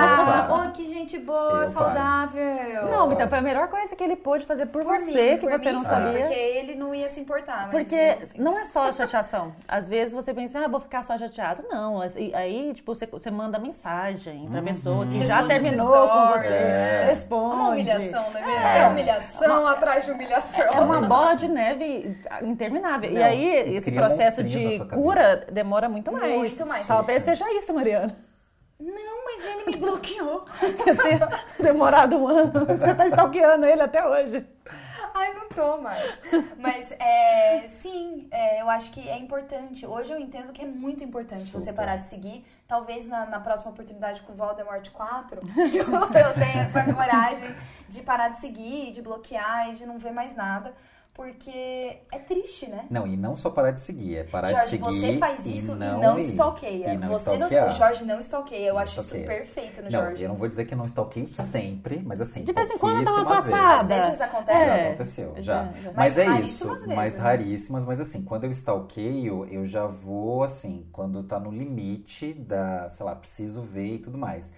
paro. Oh, que gente boa, Eu saudável. Não, então foi a melhor coisa que ele pôde fazer por, Por você, mim, que por você mim não foi, sabia. Porque ele não ia se importar. Mas Porque eu, assim, não é só a chateação. Às vezes você pensa, ah, vou ficar só chateado. Não, assim, aí, tipo, você, você manda mensagem pra pessoa que já Responde os terminou com stories, você. é. Responde. uma humilhação, não é mesmo? É humilhação atrás de humilhação. É uma bola de neve interminável. Não, e aí, e esse cria processo monstrinhos na de sua cabeça. cura demora muito mais. Muito mais. Talvez seja isso, Mariana. Não, mas ele me bloqueou. Ter demorado um ano. Você tá stalkeando ele até hoje. Ai, não tô mais. Mas, é, sim, é, eu acho que é importante. Hoje eu entendo que é muito importante Super. você parar de seguir. Talvez na, na próxima oportunidade com o Voldemort quatro, eu, eu tenha essa coragem de parar de seguir, de bloquear e de não ver mais nada. Porque é triste, né? Não, e não só parar de seguir, é parar Jorge, de seguir você faz e isso e não, não, ir. stalkeia. E não você stalkear. não, o Jorge não stalkeia. Eu Não acho stalkeia. isso perfeito no Não, Jorge. eu não vou dizer que eu não stalkeio sempre, mas assim, De vez em quando dá uma pouquíssimas passada. vezes. Às vezes acontece. Já É. aconteceu, já. Já, já. Mas, Mas é raríssimas isso, vezes, mais né? raríssimas, mas assim, quando eu stalkeio, eu já vou assim, quando tá no limite da, sei lá, preciso ver e tudo mais.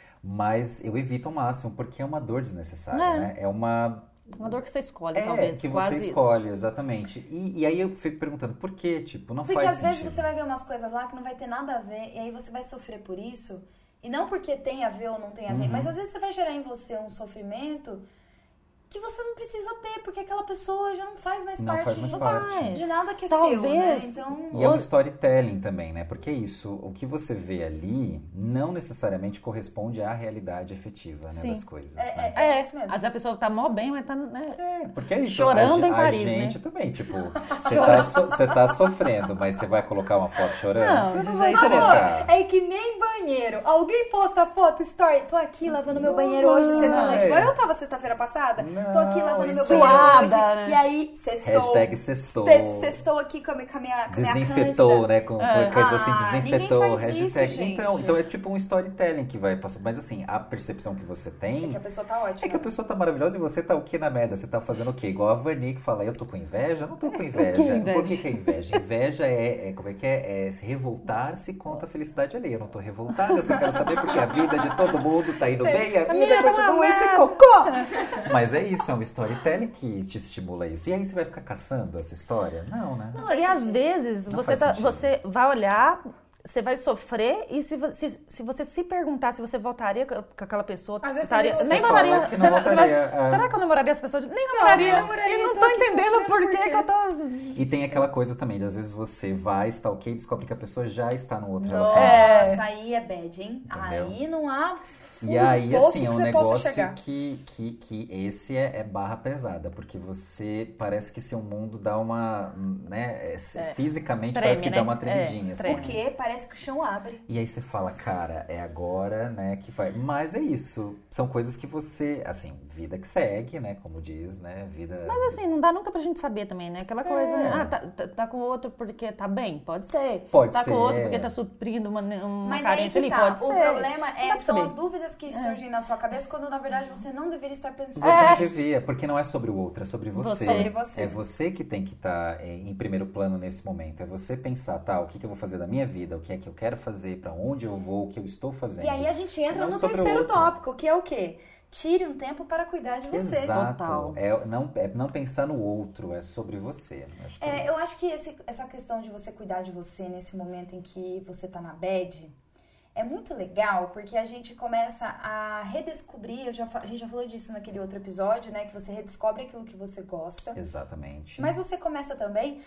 Mas eu evito ao máximo, porque é uma dor desnecessária, É. né? É uma... Uma dor que você escolhe, É, talvez. que quase você isso. escolhe, exatamente. E, e aí eu fico perguntando, por quê? Tipo, não Porque faz às sentido. vezes você vai ver umas coisas lá que não vai ter nada a ver, e aí você vai sofrer por isso. E não porque tem a ver ou não tem a ver, Uhum. mas às vezes você vai gerar em você um sofrimento que você não precisa ter, porque aquela pessoa já não faz mais Não parte, faz mais de, parte. de nada que é seu, né? Talvez- Então, E é um storytelling também, né? Porque é isso, o que você vê ali não necessariamente corresponde à realidade efetiva, né, Sim. das coisas, É, né? É, isso mesmo. às vezes a pessoa tá mó bem, mas tá, né? É, porque é isso. Chorando a, em a Paris, gente né? também, tipo, você tá, so- você tá sofrendo, mas você vai colocar uma foto chorando? Não, você de não vai jeito nenhum. colocar. é que nem banheiro. Alguém posta foto, story. Tô aqui lavando meu banheiro hoje, Não, sexta-noite. é. Igual eu tava sexta-feira passada. Não, Tô aqui lavando meu isso- banheiro hoje. Suada, né? E aí, sextou. Hashtag sextou. Se- Sextou aqui com a minha, com a minha Desinfetou, Cândida. né? Com, É. com coisa assim, Ah, desinfetou. ninguém faz isso, hashtag. gente. então, então é tipo um storytelling que vai passar. Mas assim, a percepção que você É tem que a pessoa tá ótima. é que a pessoa tá maravilhosa e você tá o que na merda? Você tá fazendo o quê? Igual a Vani que fala, eu tô com inveja? Não tô com inveja. que inveja? Por que, que é inveja? Inveja é, é, como é que é? É se revoltar-se contra a felicidade alheia. Eu não tô revoltada, eu só quero saber porque a vida de todo mundo tá indo bem e a minha minha tá continua uma esse merda. cocô. Mas é isso, é um storytelling que te estimula isso. E aí você vai ficar caçando essa história? Não, né? Não, e às vezes Não você, faz tá- sentido. você vai olhar, você vai sofrer, e se, vo- se, se você se perguntar se você voltaria com com aquela pessoa, Às vezes estaria- você nem fala namoraria. que não será, você vai- voltaria, é. será que eu namoraria essa pessoa? Nem Não, namoraria. não namoraria, E não tô tô aqui entendendo sofrendo por por que quê? que eu tô... E tem aquela coisa também, de às vezes você vai, stalkeia e descobre que a pessoa já está no outro relacionamento. Nossa, É. aí é bad, hein? Entendeu? Aí não há E aí, poço assim, é que um você possa negócio chegar. que, que, que esse é, é barra pesada, porque você parece que seu mundo dá uma, né, é, fisicamente Treme, parece que né? dá uma É, tremidinha, assim. treme. Porque parece que o chão abre. E aí você fala, cara, é agora, né, que vai. Mas é isso, são coisas que você, assim, vida que segue, né, como diz, né, vida... Mas assim, não dá nunca pra gente saber também, né? Aquela coisa, É. ah, tá, tá, tá com o outro porque tá bem? Pode ser. Pode tá ser. com o outro porque tá suprindo uma, uma Mas aí carência que ali? tá. Pode O ser. problema Não é, dá pra são saber. as dúvidas que surgem na sua cabeça quando na verdade você não deveria estar pensando. Você não devia, porque não é sobre o outro, é sobre você. Você. Sobre você. É você que tem que estar em primeiro plano nesse momento. É você pensar, tá, o que, que eu vou fazer da minha vida, o que é que eu quero fazer, pra onde eu vou, o que eu estou fazendo. E aí a gente entra Não no sobre o terceiro outro. tópico, que é o quê? Tire um tempo para cuidar de você. Exato. Total. É não, é não pensar no outro, é sobre você. Acho que é É, isso. eu acho que esse- essa questão de você cuidar de você nesse momento em que você tá na bad é muito legal, porque a gente começa a redescobrir, eu já, fa- a gente já falou disso naquele outro episódio, né? Que você redescobre aquilo que você gosta. Exatamente. Mas você começa também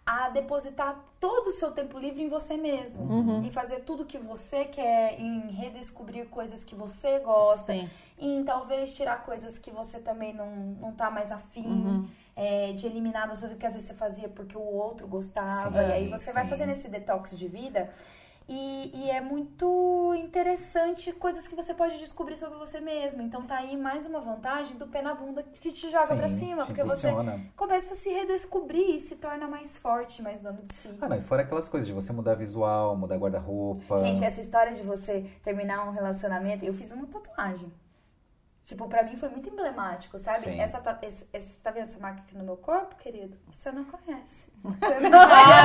a depositar todo o seu tempo livre em você mesmo. Uhum. Em fazer tudo que você quer, em redescobrir coisas que você gosta. Sim. Em talvez tirar coisas que você também não, não tá mais afim. Uhum. É, de eliminar da sua vida que às vezes você fazia porque o outro gostava. Sim, e aí você vai sim. fazendo esse detox de vida. E, e é muito interessante coisas que você pode descobrir sobre você mesmo. Então tá aí mais uma vantagem do pé na bunda que te joga Sim, pra cima. te Porque impulsiona. você começa a se redescobrir e se torna mais forte, mais dono de si. Ah, não, e fora aquelas coisas de você mudar visual, mudar guarda-roupa. Gente, essa história de você terminar um relacionamento, eu fiz uma tatuagem. Tipo, pra mim foi muito emblemático, sabe? Sim. Essa, ta- esse, esse, tá vendo essa marca aqui no meu corpo, querido? Você não conhece. Você não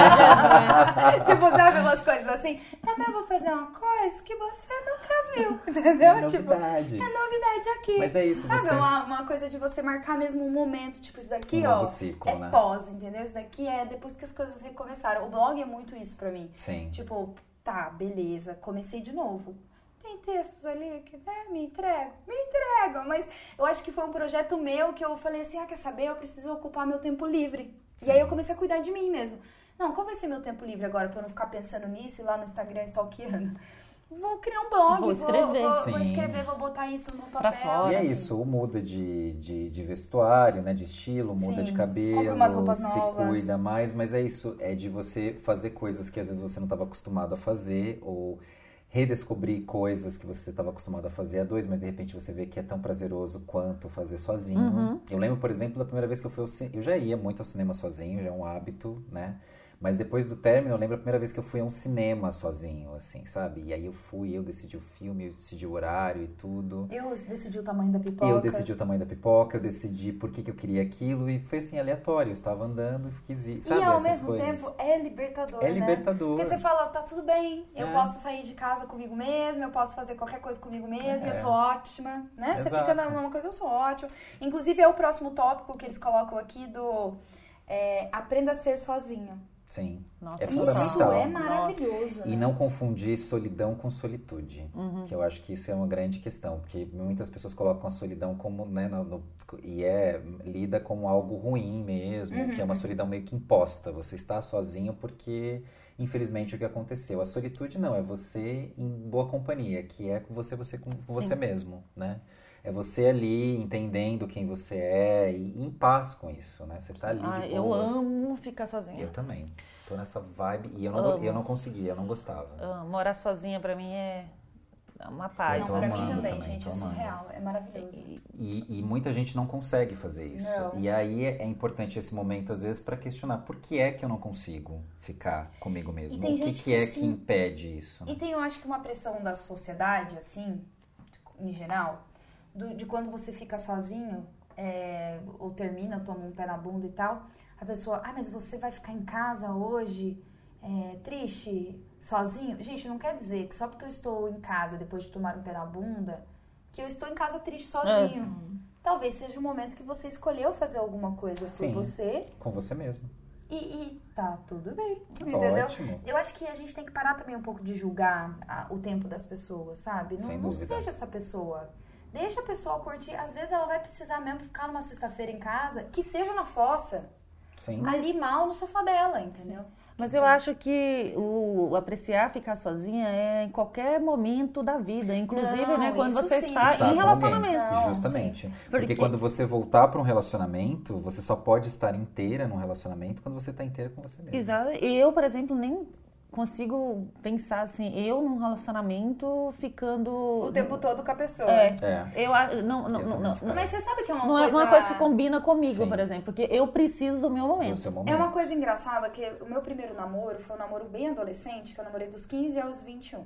conhece. Tipo, sabe umas coisas assim? Também eu vou fazer uma coisa que você nunca viu, entendeu? É Tipo, novidade. é novidade aqui. Mas é isso, Sabe, vocês... uma, uma coisa de você marcar mesmo um momento, tipo, isso daqui, Um ó, novo ciclo, é né? pós, entendeu? Isso daqui é depois que as coisas recomeçaram. O blog é muito isso pra mim. Sim. Tipo, tá, beleza, comecei de novo. Tem textos ali que, né, me entregam, me entregam. Mas eu acho que foi um projeto meu que eu falei assim, ah, quer saber? Eu preciso ocupar meu tempo livre. Sim. E aí eu comecei a cuidar de mim mesmo. Não, qual vai ser meu tempo livre agora pra eu não ficar pensando nisso e lá no Instagram stalkeando? Vou criar um blog, Vou escrever. vou, vou, vou Sim. escrever, vou botar isso no Pra papel. fora. E é Sim. isso, ou muda de, de, de vestuário, né, de estilo, muda Sim, de cabelo, compra umas roupas se novas. cuida mais, mas é isso, é de você fazer coisas que às vezes você não estava acostumado a fazer, ou redescobrir coisas que você estava acostumado a fazer a dois, mas de repente você vê que é tão prazeroso quanto fazer sozinho. Uhum. Eu lembro, por exemplo, da primeira vez que eu fui ao cinema, eu já ia muito ao cinema sozinho, já é um hábito, né? Mas depois do término, eu lembro a primeira vez que eu fui a um cinema sozinho, assim, sabe? E aí eu fui, eu decidi o filme, eu decidi o horário e tudo. Eu decidi o tamanho da pipoca. Eu decidi o tamanho da pipoca, eu decidi por que, que eu queria aquilo e foi assim, aleatório. Eu estava andando e quis ir, sabe? E ao essas mesmo coisas. tempo é libertador, É né? libertador. Porque você fala, tá tudo bem, eu É. posso sair de casa comigo mesma, eu posso fazer qualquer coisa comigo mesma, É. eu sou ótima, né? Você Exato. fica numa coisa, eu sou ótima. Inclusive é o próximo tópico que eles colocam aqui do é, aprenda a ser sozinho. Sim. Nossa, É Isso fundamental. é maravilhoso, E né? não confundir solidão com solitude. Uhum. Que eu acho que isso é uma grande questão. Porque muitas pessoas colocam a solidão como, né, no, no- e é lida como algo ruim mesmo, Uhum. que é uma solidão meio que imposta. Você está sozinho porque, infelizmente, o que aconteceu. A solitude não, é você em boa companhia, que é com você, você com com você mesmo, né? É você ali entendendo quem você é e em paz com isso, né? Você tá ali Ah, de eu boas. amo ficar sozinha. Eu também. Tô nessa vibe e eu não, Amo. eu não conseguia, eu não gostava. Ah, morar sozinha pra mim é uma paz. Não, tô pra assim. mim amando também, também, gente, tô é amando. surreal, é maravilhoso. E, e muita gente não consegue fazer isso. Não. E aí é, é importante esse momento, às vezes, para questionar por que é que eu não consigo ficar comigo mesmo? tem O que, gente que que é sim. que impede isso? E tem, eu acho que uma pressão da sociedade, assim, em geral, do- de quando você fica sozinho, é, ou termina, toma um pé na bunda e tal, a pessoa, ah, mas você vai ficar em casa hoje, é, triste, sozinho? Gente, não quer dizer que só porque eu estou em casa depois de tomar um pé na bunda, que eu estou em casa triste sozinho. Talvez seja o momento que você escolheu fazer alguma coisa Sim. por você Com você mesmo. e, e tá tudo bem, entendeu? Ótimo. Eu acho que a gente tem que parar também um pouco de julgar a- o tempo das pessoas, sabe? Não, Sem não dúvida. seja essa pessoa. Deixa a pessoa curtir. Às vezes ela vai precisar mesmo ficar numa sexta-feira em casa, que seja na fossa, Sim. ali mal no sofá dela, entendeu? Mas eu acho que o, o apreciar ficar sozinha é em qualquer momento da vida, inclusive, Não, né, quando isso você sim. está Estar em com relacionamento. alguém. Não, Justamente. Porque, Porque- quando você voltar para um relacionamento, você só pode estar inteira num relacionamento quando você está inteira com você mesmo. Exato. E eu, por exemplo, nem consigo pensar assim, eu num relacionamento ficando... O tempo todo com a pessoa. É. É. Eu a- não, não, Eu não, também não, ficaria. Mas você sabe que é uma não coisa... é uma coisa que combina comigo, Sim. por exemplo, porque eu preciso do meu No momento. seu momento. É uma coisa engraçada que o meu primeiro namoro foi um namoro bem adolescente, que eu namorei dos quinze aos vinte e um.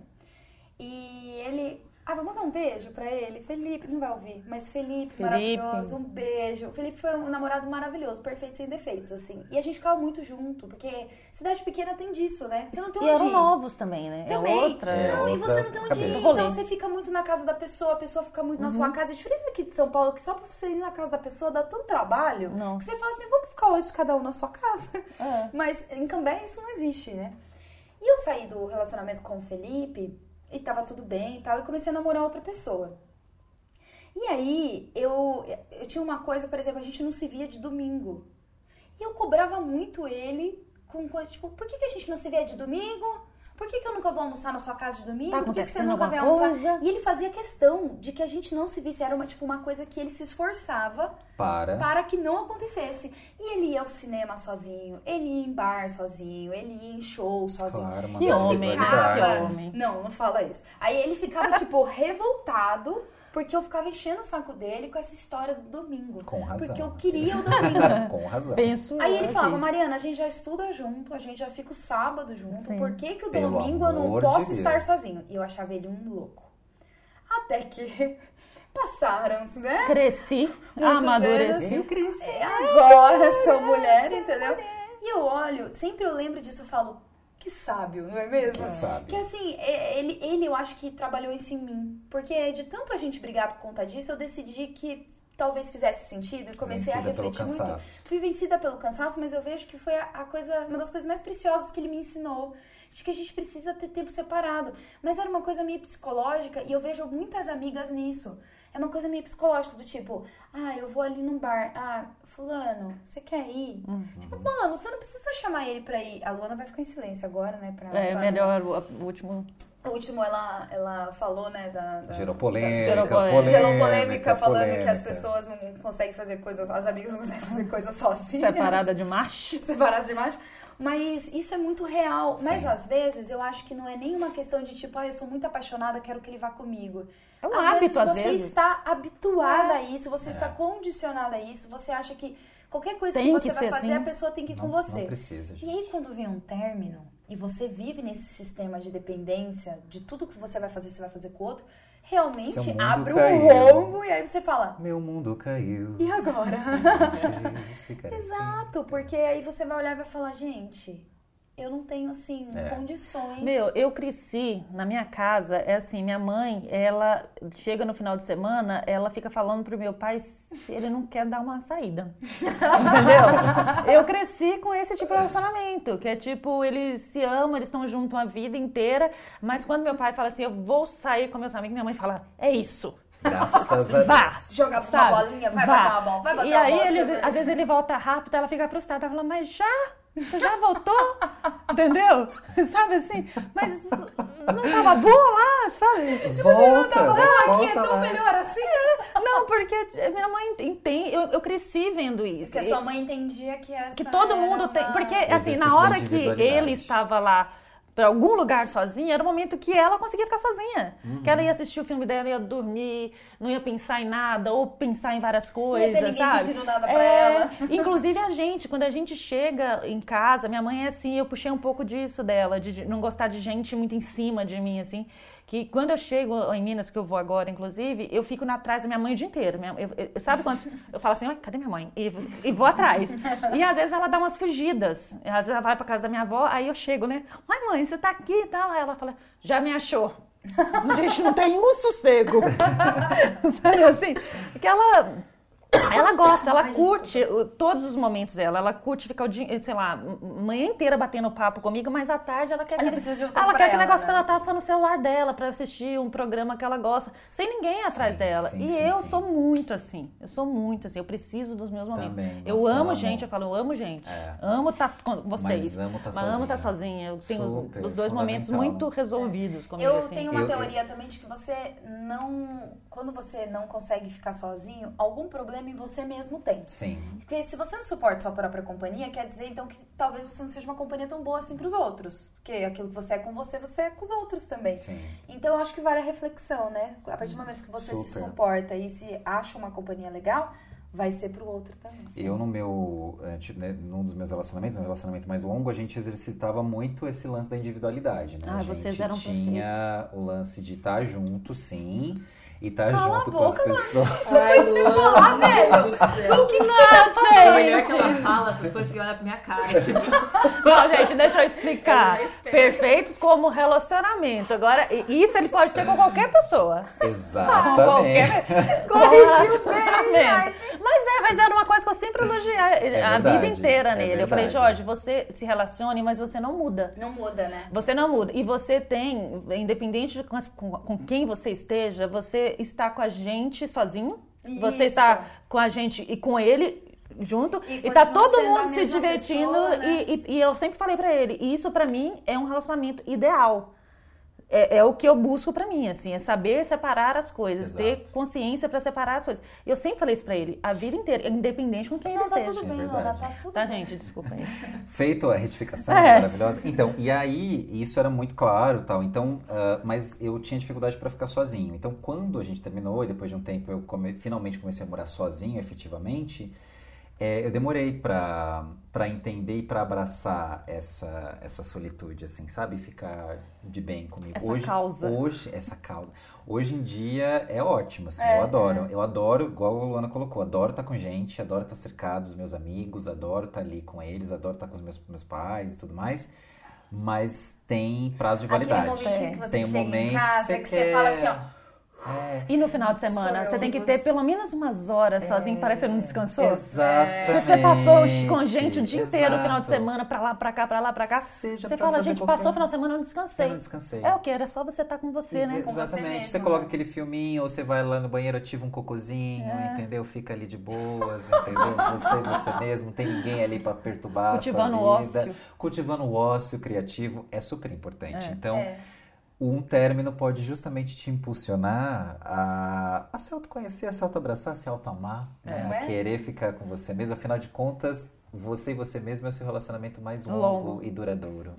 E ele... Ah, vou mandar um beijo pra ele. Felipe, ele não vai ouvir, mas Felipe, Felipe. maravilhoso, um beijo. O Felipe foi um namorado maravilhoso, perfeito, sem defeitos, assim. E a gente ficava muito junto, porque cidade pequena tem disso, né? Você não tem E onde eram ir. novos também, né? Também. É outra... É, Não, e outra você não tem onde ir, cabeça. então Rolê. você fica muito na casa da pessoa, a pessoa fica muito na sua casa. É diferente aqui de São Paulo, que só pra você ir na casa da pessoa dá tanto trabalho, Não. que você fala assim, vamos ficar hoje cada um na sua casa. É. Mas em Cambé isso não existe, né? E eu saí do relacionamento com o Felipe, e tava tudo bem e tal, e comecei a namorar outra pessoa. E aí, eu, eu tinha uma coisa, por exemplo, a gente não se via de domingo. E eu cobrava muito ele com coisa, tipo, por que, que a gente não se vê de domingo? Por que, que eu nunca vou almoçar na sua casa de domingo? Tá por que, que você acontecendo nunca vem alguma almoçar? coisa? E ele fazia questão de que a gente não se visse. Era uma, tipo, uma coisa que ele se esforçava Para. para que não acontecesse. E ele ia ao cinema sozinho, ele ia em bar sozinho, ele ia em show sozinho. Claro, uma Que Eu homem, ficava- que homem. Não, não fala isso. Aí ele ficava, tipo, revoltado porque eu ficava enchendo o saco dele com essa história do domingo. Com razão. Porque eu queria o domingo. Com razão. Penso Aí eu ele aqui. falava, Mariana, a gente já estuda junto, a gente já fica o sábado junto, Sim. por que que o Pelo domingo eu não amor de posso estar Deus. sozinho? E eu achava ele um louco. Até que passaram-se, né? Cresci, Muitos amadureci. Eu cresci. É, agora sou mulher, entendeu? E eu olho, sempre eu lembro disso, eu falo, que sábio, não é mesmo? Que sábio. Que assim, é- ele, ele eu acho que trabalhou isso em mim. Porque de tanto a gente brigar por conta disso, eu decidi que talvez fizesse sentido e comecei Vencida a pelo refletir muito. cansaço. Fui vencida pelo cansaço, mas eu vejo que foi a, a coisa, uma das coisas mais preciosas que ele me ensinou. De que a gente precisa ter tempo separado. Mas era uma coisa meio psicológica e eu vejo muitas amigas nisso. É uma coisa meio psicológica, do tipo, ah, eu vou ali num bar, ah, fulano, você quer ir? Uhum. Tipo, mano, você não precisa chamar ele pra ir. A Luana vai ficar em silêncio agora, né? Pra, É pra- melhor o, o último. O último, ela, ela falou, né, da... da Gerou das- polêmica, Gerou polêmica, Gerou polêmica, falando que as polêmica. pessoas não conseguem fazer coisas, as amigas não conseguem fazer coisas sozinhas. Separada de macho. Separadas demais. Mas isso é muito real. Mas Sim. às vezes eu acho que não é nenhuma questão de tipo, ah, eu sou muito apaixonada, quero que ele vá comigo. É um às hábito, vezes, às você vezes. está habituada a isso, você É. está condicionada a isso, você acha que qualquer coisa Tem que você que vai ser fazer, assim. a pessoa tem que ir com Não, você. não precisa, E gente. aí, quando vem um término e você vive nesse sistema de dependência, de tudo que você vai fazer, você vai fazer com o outro, Seu realmente mundo abre um caiu. rombo e aí você fala, Meu mundo caiu. e agora? Fez ficar assim. Exato, porque aí você vai olhar e vai falar, gente, eu não tenho, assim, É. condições. Meu, eu cresci na minha casa, é assim, minha mãe, ela chega no final de semana, ela fica falando pro meu pai se ele não quer dar uma saída. Entendeu? Eu cresci com esse tipo de relacionamento, que é tipo, eles se amam, eles estão juntos uma vida inteira, mas quando meu pai fala assim, eu vou sair com meus amigos, minha mãe fala, é isso. Graças a Vá. Deus. Jogar uma Sabe? bolinha, vai Vá. bater uma bola, vai bater E uma aí, bola. eles, você- às vezes ele volta rápido, ela fica frustrada, ela fala, mas já? Você já voltou? Entendeu? Sabe assim? Mas não tava bom lá, sabe? Volta, Não, aqui volta é tão lá. melhor assim. Não, porque minha mãe entende, eu, eu cresci vendo isso. Porque a sua mãe entendia que essa Que todo era mundo uma- tem. Porque, assim, Exercício na da hora que individualidade. ele estava lá pra algum lugar sozinha, era o momento que ela conseguia ficar sozinha. Uhum. Que ela ia assistir o filme dela, ia dormir, não ia pensar em nada, ou pensar em várias ia coisas, ter ninguém sabe? pedindo nada pra É, ela. Inclusive a gente, quando a gente chega em casa, minha mãe é assim, eu puxei um pouco disso dela, de não gostar de gente muito em cima de mim, assim. Que quando eu chego em Minas, que eu vou agora, inclusive, eu fico na trás da minha mãe o dia inteiro. Minha- eu- eu- sabe quantos? Eu falo assim, "Ai, cadê minha mãe? E, e vou atrás. E às vezes ela dá umas fugidas. Às vezes ela vai pra casa da minha avó, aí eu chego, né? Ai, mãe, você tá aqui e tal. Aí ela fala, já me achou. A gente não tem um sossego. Sabe assim? Que ela... Ela gosta, ela Ai, curte o- todos os momentos dela. Ela curte ficar o dia, sei lá, a manhã inteira batendo papo comigo, mas à tarde ela quer Ela aquele, precisa de um tempo ela pra quer aquele ela, negócio né? pra ela estar só no celular dela, pra assistir um programa que ela gosta, sem ninguém Sim, atrás dela. sim, e sim, eu sim. sou muito assim. Eu sou muito assim. Eu preciso dos meus momentos. Também, eu nossa, amo amo. gente, eu falo, eu amo gente. É. Amo estar com vocês. Mas amo tá Mas amo estar sozinha. sozinha. Eu tenho os- Super, os, dois momentos fundamental. muito resolvidos comigo, Eu assim. tenho uma Eu- teoria também de que você não... Quando você não consegue ficar sozinho, algum problema em você mesmo tem. Sim. Porque se você não suporta sua própria companhia, quer dizer então que talvez você não seja uma companhia tão boa assim pros outros. Porque aquilo que você é com você, você é com os outros também. Sim. Então eu acho que vale a reflexão, né? A partir do momento que você se Super. suporta e se acha uma companhia legal, vai ser pro outro também. Eu, no meu, antes, né, num dos meus relacionamentos, um relacionamento mais longo, a gente exercitava muito esse lance da individualidade, né? Ah, a gente vocês eram tinha o lance de estar junto, sim, e estar Cala junto a com as boca, pessoas. Ai, Você Luana, falar, meu velho, Deus do céu. o que que você É melhor que ela fala essas coisas que olha pra minha cara. Tipo, Não, gente, deixa eu explicar. Eu já espero. Perfeitos como relacionamento. Agora, i- isso ele pode ter com qualquer pessoa. Exatamente. Com relacionamento. Mas é, mas era uma coisa que eu sempre elogiei É a verdade, vida inteira é nele. Eu falei, verdade. Jorge, você se relacione, mas você não muda. Não muda, né? Você não muda. E você tem, independente de com, as- com- com quem você esteja, você está com a gente sozinho. Você Isso. está com a gente e com ele junto E e, tá continua todo sendo a mundo se mesma divertindo. pessoa, né? e, e, e eu sempre falei pra ele, isso pra mim é um relacionamento ideal. É, é o que eu busco pra mim, assim, é saber separar as coisas, Exato. ter consciência pra separar as coisas. Eu sempre falei isso pra ele, a vida inteira, independente com quem Não, ele tá esteja. tudo bem, É Lona, verdade. tá tudo Tá, bem. gente? Desculpa aí. Feito a retificação É. maravilhosa. Então, e aí, isso era muito claro, tal. Então, ah, mas eu tinha dificuldade para ficar sozinho. Então, quando a gente terminou e depois de um tempo eu come- finalmente comecei a morar sozinho, efetivamente, é, eu demorei para para entender e para abraçar essa essa solitude, assim, sabe? Ficar de bem comigo. Essa hoje, causa. Hoje, essa causa. Hoje em dia é ótimo, assim, É, eu adoro. Eu adoro, igual a Luana colocou, adoro estar com gente, adoro estar cercado dos meus amigos, adoro estar ali com eles, adoro estar com os meus, meus pais e tudo mais. Mas tem prazo de validade. Aquele momentinho que você tem um chega momento em casa, que que você você fala quer. assim, ó. É, E no final de semana, Sou você eu, tem que você- ter pelo menos umas horas sozinho, parece que você não descansou. exatamente. Você passou com gente o dia inteiro, no final de Exato. semana, pra lá, pra cá, pra lá, pra cá. Seja Você pra fala, fazer gente, qualquer- passou o final de semana, eu não descansei. Eu não descansei. É o que? Era só você estar com você, né? Com você Exatamente. mesmo. Você coloca aquele filminho, ou você vai lá no banheiro, ativa um cocôzinho, É. entendeu? Fica ali de boas, entendeu? Você, você mesmo, não tem ninguém ali pra perturbar Cultivando a o sua vida. ócio. Cultivando o ócio criativo é super importante. É. Então, É. um término pode justamente te impulsionar a, a se autoconhecer, a se autoabraçar, a se autoamar, né? Não A é? querer ficar com você mesmo. Afinal de contas, você e você mesmo é o seu relacionamento mais longo, Longo. e duradouro.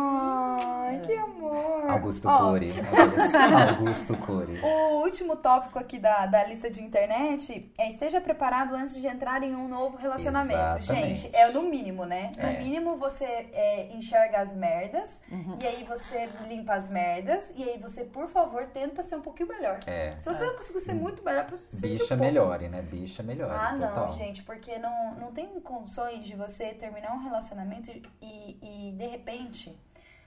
Ai, que amor. Augusto Ó, Cury. Augusto, Augusto Cury. O último tópico aqui da, da lista de internet é esteja preparado antes de entrar em um novo relacionamento. Exatamente. Gente, é no mínimo, né? No É. mínimo você é, enxerga as merdas, e aí você limpa as merdas, e aí você, por favor, tenta ser um pouquinho melhor. É. Se você não conseguir ser muito melhor, seja Bicha um pouco. melhore, né? Bicha melhore, Ah, total. não, gente, porque não, não tem condições de você terminar um relacionamento e, e de repente,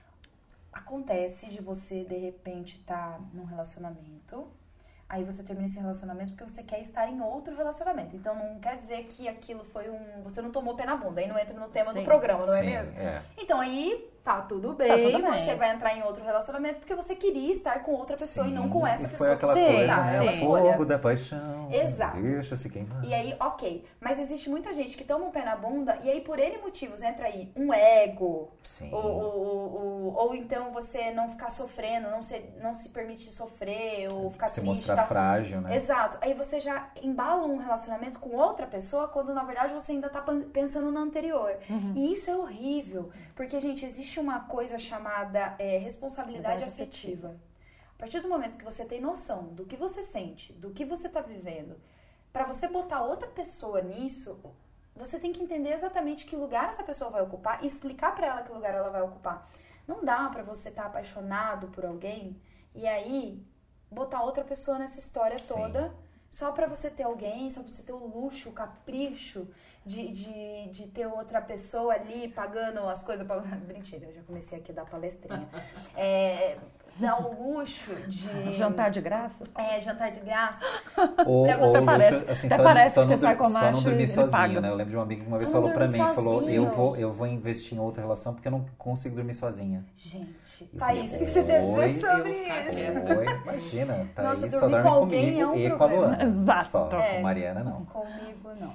acontece de você, de repente, estar num relacionamento, aí você termina esse relacionamento porque você quer estar em outro relacionamento. Então, não quer dizer que aquilo foi um... Você não tomou pé na bunda, aí não entra no tema Sim. do programa, não é Sim, mesmo? é. Então, aí... Tá tudo bem, Tá tudo bem. você vai entrar em outro relacionamento porque você queria estar com outra pessoa Sim, e não com essa e pessoa foi que aquela você coisa, está. né? É uma Sim. escolha. Fogo da paixão. Exato. Deixa se queimar. E aí, ok. Mas existe muita gente que toma um pé na bunda e aí, por N motivos, entra aí um ego. Sim. Ou, ou, ou, ou, ou então você não ficar sofrendo, não se, não se permitir sofrer, ou ficar Se triste. mostrar tal. frágil, né? Exato. Aí você já embala um relacionamento com outra pessoa quando, na verdade, você ainda tá pan- pensando no anterior. E isso é horrível. Porque, gente, existe uma coisa chamada é, responsabilidade Verdade afetiva. A partir do momento que você tem noção do que você sente, do que você tá vivendo, pra você botar outra pessoa nisso, você tem que entender exatamente que lugar essa pessoa vai ocupar e explicar pra ela que lugar ela vai ocupar. Não dá pra você estar apaixonado por alguém e aí botar outra pessoa nessa história Sim. toda só pra você ter alguém, só pra você ter o luxo, o capricho de, de, de ter outra pessoa ali pagando as coisas pra... Mentira, eu já comecei aqui a dar palestrinha. É, dar o luxo de... Jantar de graça? É, jantar de graça. Ou, Pra ou você luxo, parece- assim, até só, parece só que não, você sai dur- com só macho não e dormir ele sozinho, paga. né? Eu lembro de uma amiga que uma Só vez não falou pra dormir mim, falou, sozinho. eu vou, eu vou investir em outra relação porque eu não consigo dormir sozinha. Gente, Eu Thaís, falei, o que você tem a "Oi?" dizer sobre Eu vou ficar isso? Oi, imagina, tá Nossa, aí, só dormir dorme com alguém comigo é um e com a problema. Luana. Exato. Só, É. com Mariana não. Comigo não.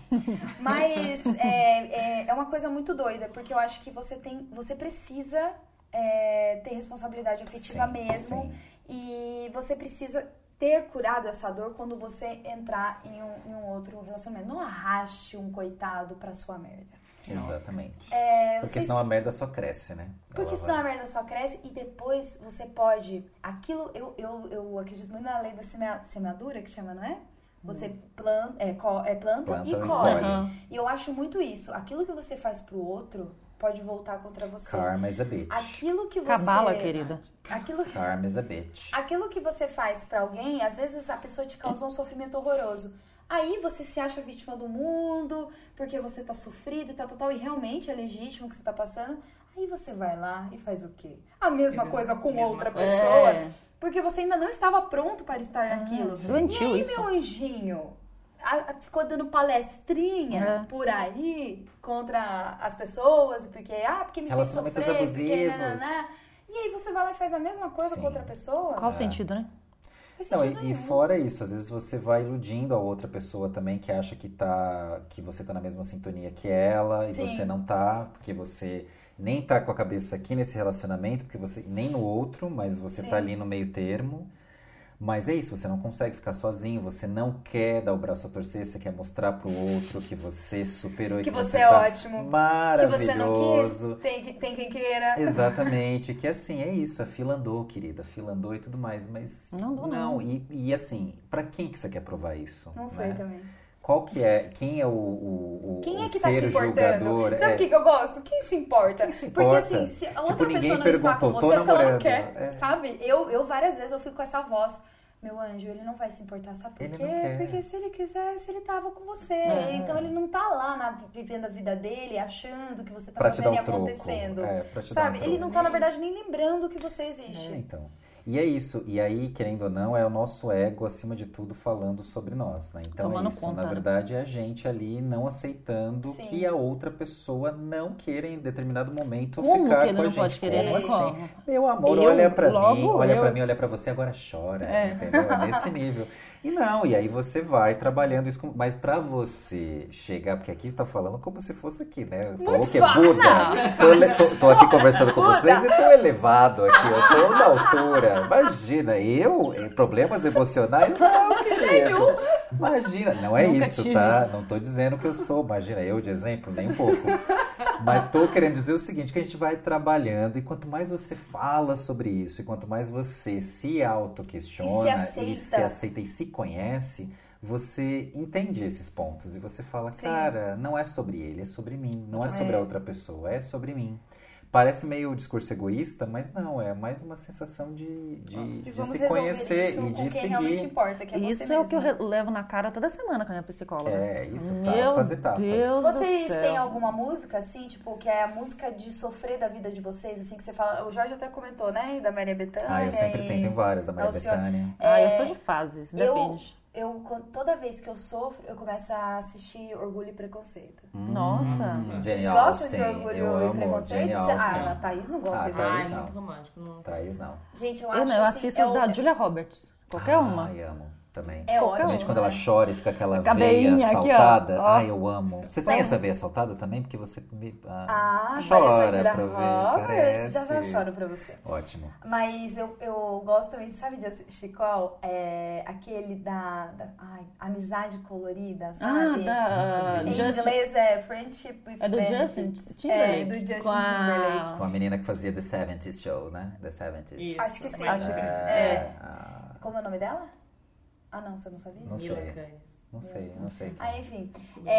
Mas é, é, é uma coisa muito doida, porque eu acho que você tem, você precisa é, ter responsabilidade afetiva Sim, mesmo. sim. E você precisa ter curado essa dor quando você entrar em um, em um outro relacionamento. Não arraste um coitado pra sua merda. Exatamente. É, Porque vocês- senão a merda só cresce, né? Porque Ela senão vai- a merda só cresce e depois você pode... Aquilo, eu, eu, eu acredito muito na lei da semea- semeadura, que chama, não é? Você planta, é, co- é, planta, Planta e e colhe. colhe. E eu acho muito isso. Aquilo que você faz pro outro pode voltar contra você. Karma is a bitch. Aquilo que você... Cabala, querida. Aquilo que... Karma is a bitch. Aquilo que você faz pra alguém, às vezes a pessoa te causou um sofrimento horroroso. Aí você se acha vítima do mundo, porque você tá sofrido e tal, tal, tal, e realmente é legítimo o que você tá passando. Aí você vai lá e faz o quê? A mesma Mesma- coisa com mesma outra coisa. pessoa, É. porque você ainda não estava pronto para estar naquilo. doentio e aí, isso. meu anjinho, a- a- ficou dando palestrinha É. por aí contra as pessoas, porque, ah, porque me fez Relacionamentos sofrer, porque... abusivos. nananã. E aí você vai lá e faz a mesma coisa Sim. com outra pessoa. Qual o É. sentido, né? Faz Não, sentido e, e nenhum. fora isso, às vezes você vai iludindo a outra pessoa também que acha que, tá, que você tá na mesma sintonia que ela e Sim. você não tá, porque você nem tá com a cabeça aqui nesse relacionamento, porque você nem no outro, mas você Sim. tá ali no meio termo. Mas é isso, você não consegue ficar sozinho, você não quer dar o braço a torcer, você quer mostrar pro outro que você superou e Que que você você é tá ótimo. Que você não maravilhoso. quis, tem, que- tem quem queira. Exatamente, que assim, é isso, a fila andou, querida, a fila andou e tudo mais, mas Não andou, não. E, e assim, pra quem que você quer provar isso? Não sei né? também. Qual que é, quem é o, o, o, Quem é o que tá se ser importando? julgador? Sabe o é, que, que eu gosto? Quem se importa? Quem se Porque importa? assim, se a outra Tipo, ninguém pessoa não está com perguntou, tô você, é porque ela não namorando. quer, É. sabe? Eu, eu várias vezes eu fico com essa voz. Meu anjo, ele não vai se importar, sabe por Ele quê? não quer. Porque se ele quisesse, ele tava com você. É. Então ele não tá lá na- vivendo a vida dele, achando que você tá Pra te fazendo dar e o troco. acontecendo. É, pra te dar Sabe? um Ele troco. não tá, na verdade, nem lembrando que você existe. É, então. E é isso. E aí, querendo ou não, é o nosso ego, acima de tudo, falando sobre nós, né? Então Tomando é isso. conta, Na né? verdade, é a gente ali não aceitando Sim. que a outra pessoa não queira, em determinado momento, Como ficar que ele com a não gente. pode querer, Como né? assim? Como? Meu amor, Eu, olha pra logo mim, olha eu. pra mim, olha pra você, agora chora. É. Entendeu? É nesse nível. E não, e aí você vai trabalhando isso. Com... Mas pra você chegar, porque aqui tá falando como se fosse aqui, né? Eu tô Muito o quê? fácil. Buda. Tô, ele- tô- tô aqui conversando com Buda. vocês e tô elevado aqui, eu tô na altura. Imagina, eu, eh, problemas emocionais, não, querido. Imagina, não é Nunca isso, tive. tá? Não tô dizendo que eu sou, imagina, eu de exemplo, nem um pouco. Mas tô querendo dizer o seguinte, que a gente vai trabalhando e quanto mais você fala sobre isso, e quanto mais você se autoquestiona E se e se aceita. aceita e se conhece, você entende esses pontos e você fala, Sim. cara, não é sobre ele, é sobre mim. Não é sobre É. a outra pessoa, é sobre mim. Parece meio discurso egoísta, mas não, é mais uma sensação de, de, de Vamos se resolver conhecer isso e com de quem realmente seguir. importa, que é você Isso é o que eu mesmo. re- levo na cara toda semana com a minha psicóloga. É, isso, Meu tapas e tapas. Deus do Vocês céu. têm alguma música, assim, tipo, que é a música de sofrer da vida de vocês, assim, que você fala... O Jorge até comentou, né? Da Maria Bethânia. Ah, eu sempre e- tenho, tem várias da Maria Alcione. Bethânia. Ah, eu É, sou de fases, eu- depende. Eu, quan- toda vez que eu sofro, eu começo a assistir Orgulho e Preconceito. Nossa. Hum, Jane Vocês gostam Austen, de Orgulho eu e amo Preconceito? Jane Você- Austen. Ah, a Thaís não gosta Ah, de Thaís Ai, Orgulho. não. muito romântico. Não. Thaís não. Gente, eu Eu, acho não, eu assim, assisto é os o- da Julia Roberts. Qualquer uma. Ai, amo também. É Qualquer ótimo, Principalmente quando né? ela chora e fica aquela Com a veia veinha aqui, ó. saltada. Ó. Ai, eu amo. Você tem Sim. essa veia saltada também? Porque você me, ah, Ah, chora Julia pra ver, Roberts, já já parece. choro pra você. Ótimo. Mas eu, eu gosto também, sabe de assistir qual? É aquele da, da ai, Amizade Colorida, Ah, sabe? da Em Justin. inglês é Friendship with É do Benefits. Justin É, Timberlake. do Justin Com a- Timberlake. Com a menina que fazia The seventies Show, né? The seventies. Isso. Acho que sim. Acho que sim. É. Ah, Como é o nome dela? Ah, não, você não sabia? Não Mila sei. Kunis. não sei, não sei. Ah, enfim.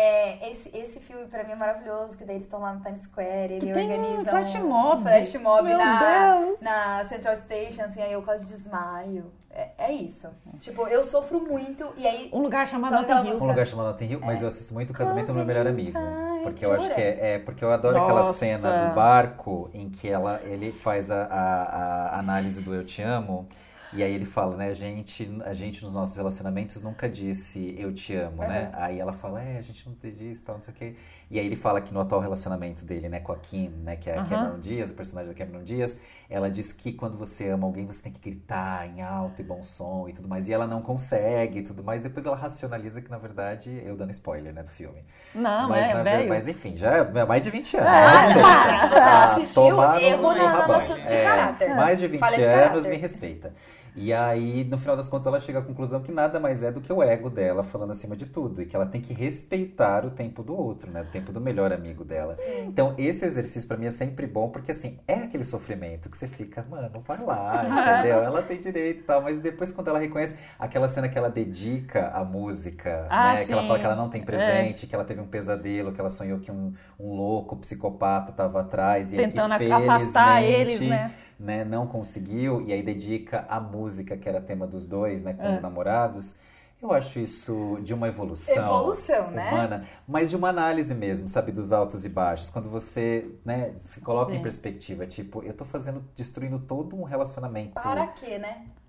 É, esse, esse filme pra mim é maravilhoso, que daí eles estão lá no Times Square, ele Que tem um organiza flash um, mob. um flash mob Meu na, Deus. na Central Station, assim, aí eu quase desmaio. É, é isso. Tipo, eu sofro muito e aí... Um lugar chamado Então, Notting aquela Hill. Um lugar chamado Notting Hill, mas eu assisto muito o Casamento do Meu Melhor Amigo. Time. Porque eu acho Jura? que é, é porque eu adoro aquela Nossa. cena do barco em que ela, ele faz a, a, a análise do Eu Te Amo. E aí ele fala, né, a gente, a gente nos nossos relacionamentos nunca disse eu te amo, né? Aí ela fala, é, a gente não te disse, tal, não sei o quê. E aí ele fala que no atual relacionamento dele, né, com a Kim, né, que é a Aham. Cameron Diaz, a personagem da Cameron Diaz, ela diz que quando você ama alguém, você tem que gritar em alto e bom som e tudo mais. E ela não consegue e tudo mais. Depois ela racionaliza que, na verdade, eu dando spoiler, né, do filme. Não, mas, é, na velho. ver- mas enfim, já é mais de vinte anos. Ah, me para, respeita. se você não Ah, assistiu, tomar no- erro no na- na rabanho. nosso- de É, caráter. Mais de vinte Falha de anos, caráter. me respeita. E aí, no final das contas, ela chega à conclusão que nada mais é do que o ego dela falando acima de tudo. E que ela tem que respeitar o tempo do outro, né? O tempo do melhor amigo dela. Então, esse exercício pra mim é sempre bom, porque assim, é aquele sofrimento que você fica, mano, vai lá, entendeu? Ela tem direito e tal. Mas depois, quando ela reconhece aquela cena que ela dedica a música, Ah, né? Que ela sim. fala que ela não tem presente, que ela teve um pesadelo, que ela sonhou que um, um louco psicopata tava atrás. E Tentando aí que, afastar eles, felizmente, né? né, não conseguiu, e aí dedica a música, que era tema dos dois, né, quando É. namorados. Eu acho isso de uma evolução, Evolução, né? humana, mas de uma análise mesmo, sabe, dos altos e baixos. Quando você, né, se coloca em Sim. perspectiva, tipo, eu tô fazendo, destruindo todo um relacionamento. Para quê, né?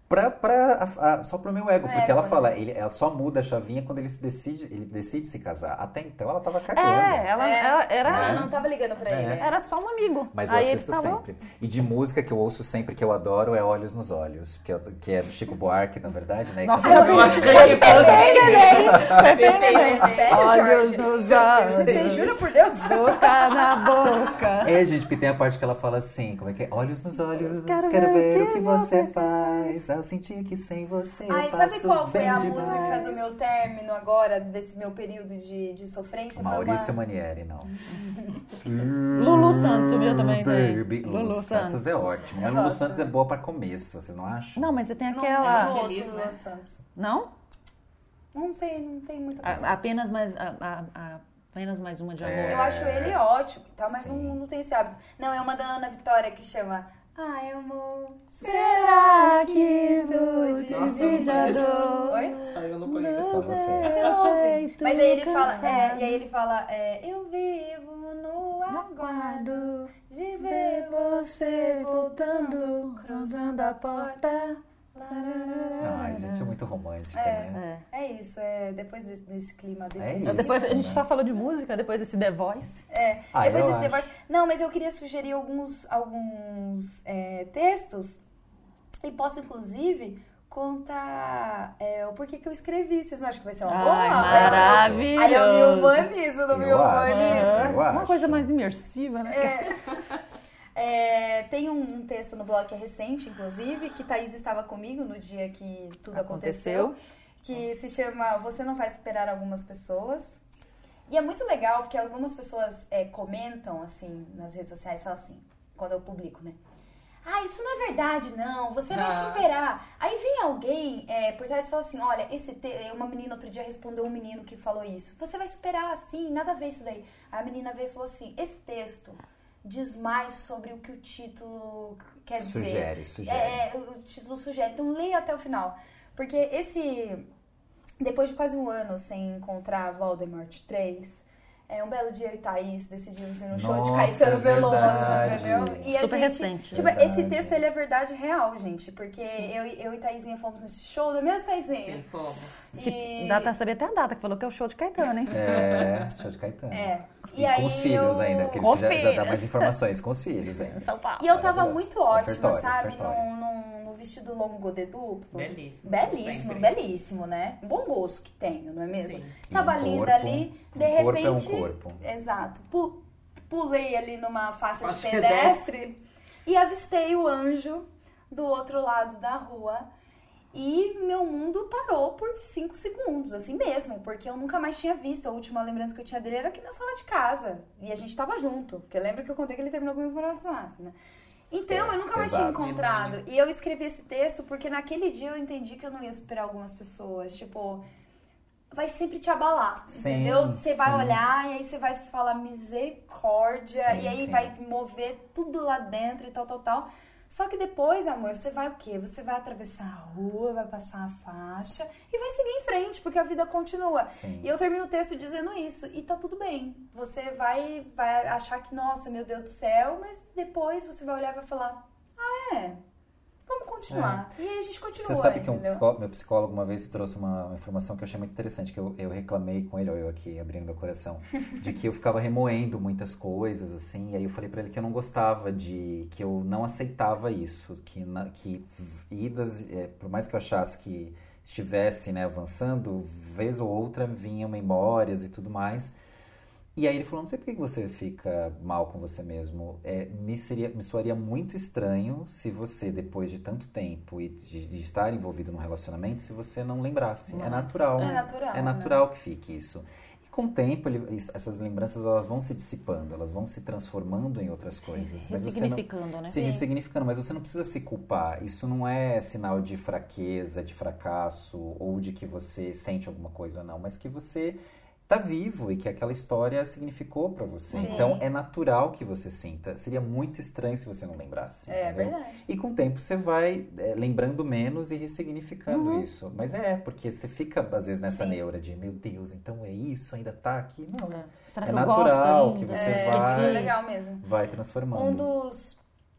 Pra, pra, a- a- só pro meu ego, O porque ego, ela né? fala, ele, ela só muda a chavinha quando ele se decide, ele decide se casar. Até então ela tava cagando. É, ela, É. ela era, Ela É. não tava ligando pra É. ele. era só um amigo. Mas eu Aí ele assisto falou, sempre. E de música que eu ouço sempre, que eu adoro, é Olhos nos Olhos, que, eu- que é do Chico Buarque, na verdade, né? Nossa, Que- eu Eu achei que Pepe fosse- Neném! Pepe Neném! Sério, Olhos Jorge? nos olhos, Você jura por Deus? boca na boca. É, gente, porque tem a parte que ela fala assim, como é que é? Olhos nos olhos, Quero quero, ver ver o o que que você você faz, ao sentir que sem você eu Ai, passo sabe qual foi bem a demais. música do meu término agora, desse meu período de, de sofrência? Maurício Foi uma... Manieri, não. Lulu Santos, o meu também tem. Baby. Lulu, Lulu Santos Santos. é ótimo. Eu Mas Lulu gosto, Santos é né? boa pra começo, vocês não acham? Não, mas você tem Não, aquela... não, Feliz, ouço né? Lulu Santos. Não? Não sei, não tem muita A- coisa. apenas, mais, a- a- a- apenas mais uma de amor. É. Eu acho ele ótimo, tá? Mas não, Sim. não tenho esse hábito. Não, é uma da Ana Vitória que chama Ai, amor, Será que do Nossa, eu não divisor... Oi? Só eu não conheço. Só você. Você não ouve. Feito Mas aí ele fala, é, cansado. e aí ele fala, é, eu vivo no aguardo de ver você voltando, cruzando a porta. Ai, gente, é muito romântica, É. né? É. É isso, é depois desse, desse clima É depressivo. isso. Depois, a gente né? só falou de música, depois desse The Voice. É, Ah, depois eu desse The acho. Voice. Não, mas eu queria sugerir alguns, alguns é, textos e posso, inclusive, contar é, o porquê que eu escrevi. Vocês não acham que vai ser uma boa? Ai, Aí maravilhoso. Aí eu me humanizo, não me Eu acho. humanizo. Eu Uma acho. coisa mais imersiva, né? É, tem um, um texto no blog que é recente, inclusive, que Thaís estava comigo no dia que tudo aconteceu, Aconteceu. que se chama Você Não Vai Esperar Algumas Pessoas. E é muito legal, porque algumas pessoas é, comentam, assim, nas redes sociais, falam assim, quando eu publico, né? Ah, isso não é verdade, não. Você vai Ah. superar. Aí vem alguém é, por trás e fala assim, olha, esse te... uma menina outro dia respondeu um menino que falou isso. Você vai superar, assim, nada a ver isso daí. Aí a menina veio e falou assim, esse texto diz mais sobre o que o título quer dizer. Sugere, sugere. É, o título sugere. Então leia até o final. Porque esse... Depois de quase um ano sem encontrar Voldemort três, é, um belo dia eu e Thaís decidimos ir no show de Nossa, Caetano é Veloso, verdade. entendeu? E a Super gente, recente. Tipo, Verdade. esse texto, ele é verdade real, gente. Porque eu, eu e Thaisinha fomos nesse show, não é mesmo, Thaisinha? Sim, fomos. Se, E- Dá pra saber até a data, que falou que é o show de Caetano, hein? É, show de Caetano. É. E, E aí com os filhos eu- ainda, porque Com eles já, já dá filhos. mais informações com os filhos ainda. São Paulo. E eu tava Maravilhoso. muito ótima, Ofertório, sabe? ofertório. No, no, no vestido longo godê duplo. Belíssimo. Belíssimo, Sempre. belíssimo, né? Bom gosto que tenho, não é mesmo? Sim. E Tava um linda corpo, ali, de um corpo repente. é um corpo. Exato. Pu- pulei ali numa faixa, Faixa de pedestre e avistei o anjo do outro lado da rua. E meu mundo parou por cinco segundos, assim mesmo, porque eu nunca mais tinha visto. A última lembrança que eu tinha dele era aqui na sala de casa. E a gente tava junto, porque lembra que eu contei que ele terminou comigo por WhatsApp, né? Então, É, eu nunca mais tinha pesado. encontrado. E eu escrevi esse texto porque naquele dia eu entendi que eu não ia superar algumas pessoas. Tipo, vai sempre te abalar, Sim, entendeu? Você vai sim. olhar e aí você vai falar misericórdia. Sim, e aí sim. vai mover tudo lá dentro e tal, tal, tal. Só que depois, amor, você vai o quê? Você vai atravessar a rua, vai passar a faixa e vai seguir em frente, porque a vida continua. Sim. E eu termino o texto dizendo isso. E tá tudo bem. Você vai, vai achar que, nossa, meu Deus do céu, mas depois você vai olhar e vai falar, ah, é, vamos continuar. E aí a gente continua, Você sabe que um entendeu? psicó- meu psicólogo uma vez trouxe uma, uma informação que eu achei muito interessante, que eu, eu reclamei com ele, ó, eu aqui abrindo meu coração, de que eu ficava remoendo muitas coisas, assim, e aí eu falei pra ele que eu não gostava de, que eu não aceitava isso, que, na, que idas, é, por mais que eu achasse que estivesse, né, avançando, vez ou outra vinham memórias e tudo mais. E aí ele falou, não sei por que você fica mal com você mesmo. É, me, seria, me soaria muito estranho se você, depois de tanto tempo e de, de estar envolvido num relacionamento, se você não lembrasse. É Nossa. natural. É natural, É natural que fique isso. E com o tempo, ele- isso- essas lembranças elas vão se dissipando, elas vão se transformando em outras coisas. Mas você não, Ressignificando, né? se ressignificando, mas você não precisa se culpar. Isso não é sinal de fraqueza, de fracasso, ou de que você sente alguma coisa ou não, mas que você tá vivo e que aquela história significou pra você. Sim. Então é natural que você sinta. Seria muito estranho se você não lembrasse, É entendeu? verdade. E com o tempo você vai é, lembrando menos e ressignificando Uhum. isso. Mas é, porque você fica às vezes nessa Sim. neura de, meu Deus, então é isso, ainda tá aqui? Não. É. Será É que eu natural gosto que ainda? você É, vai- isso é legal mesmo. Vai transformando. Um dos,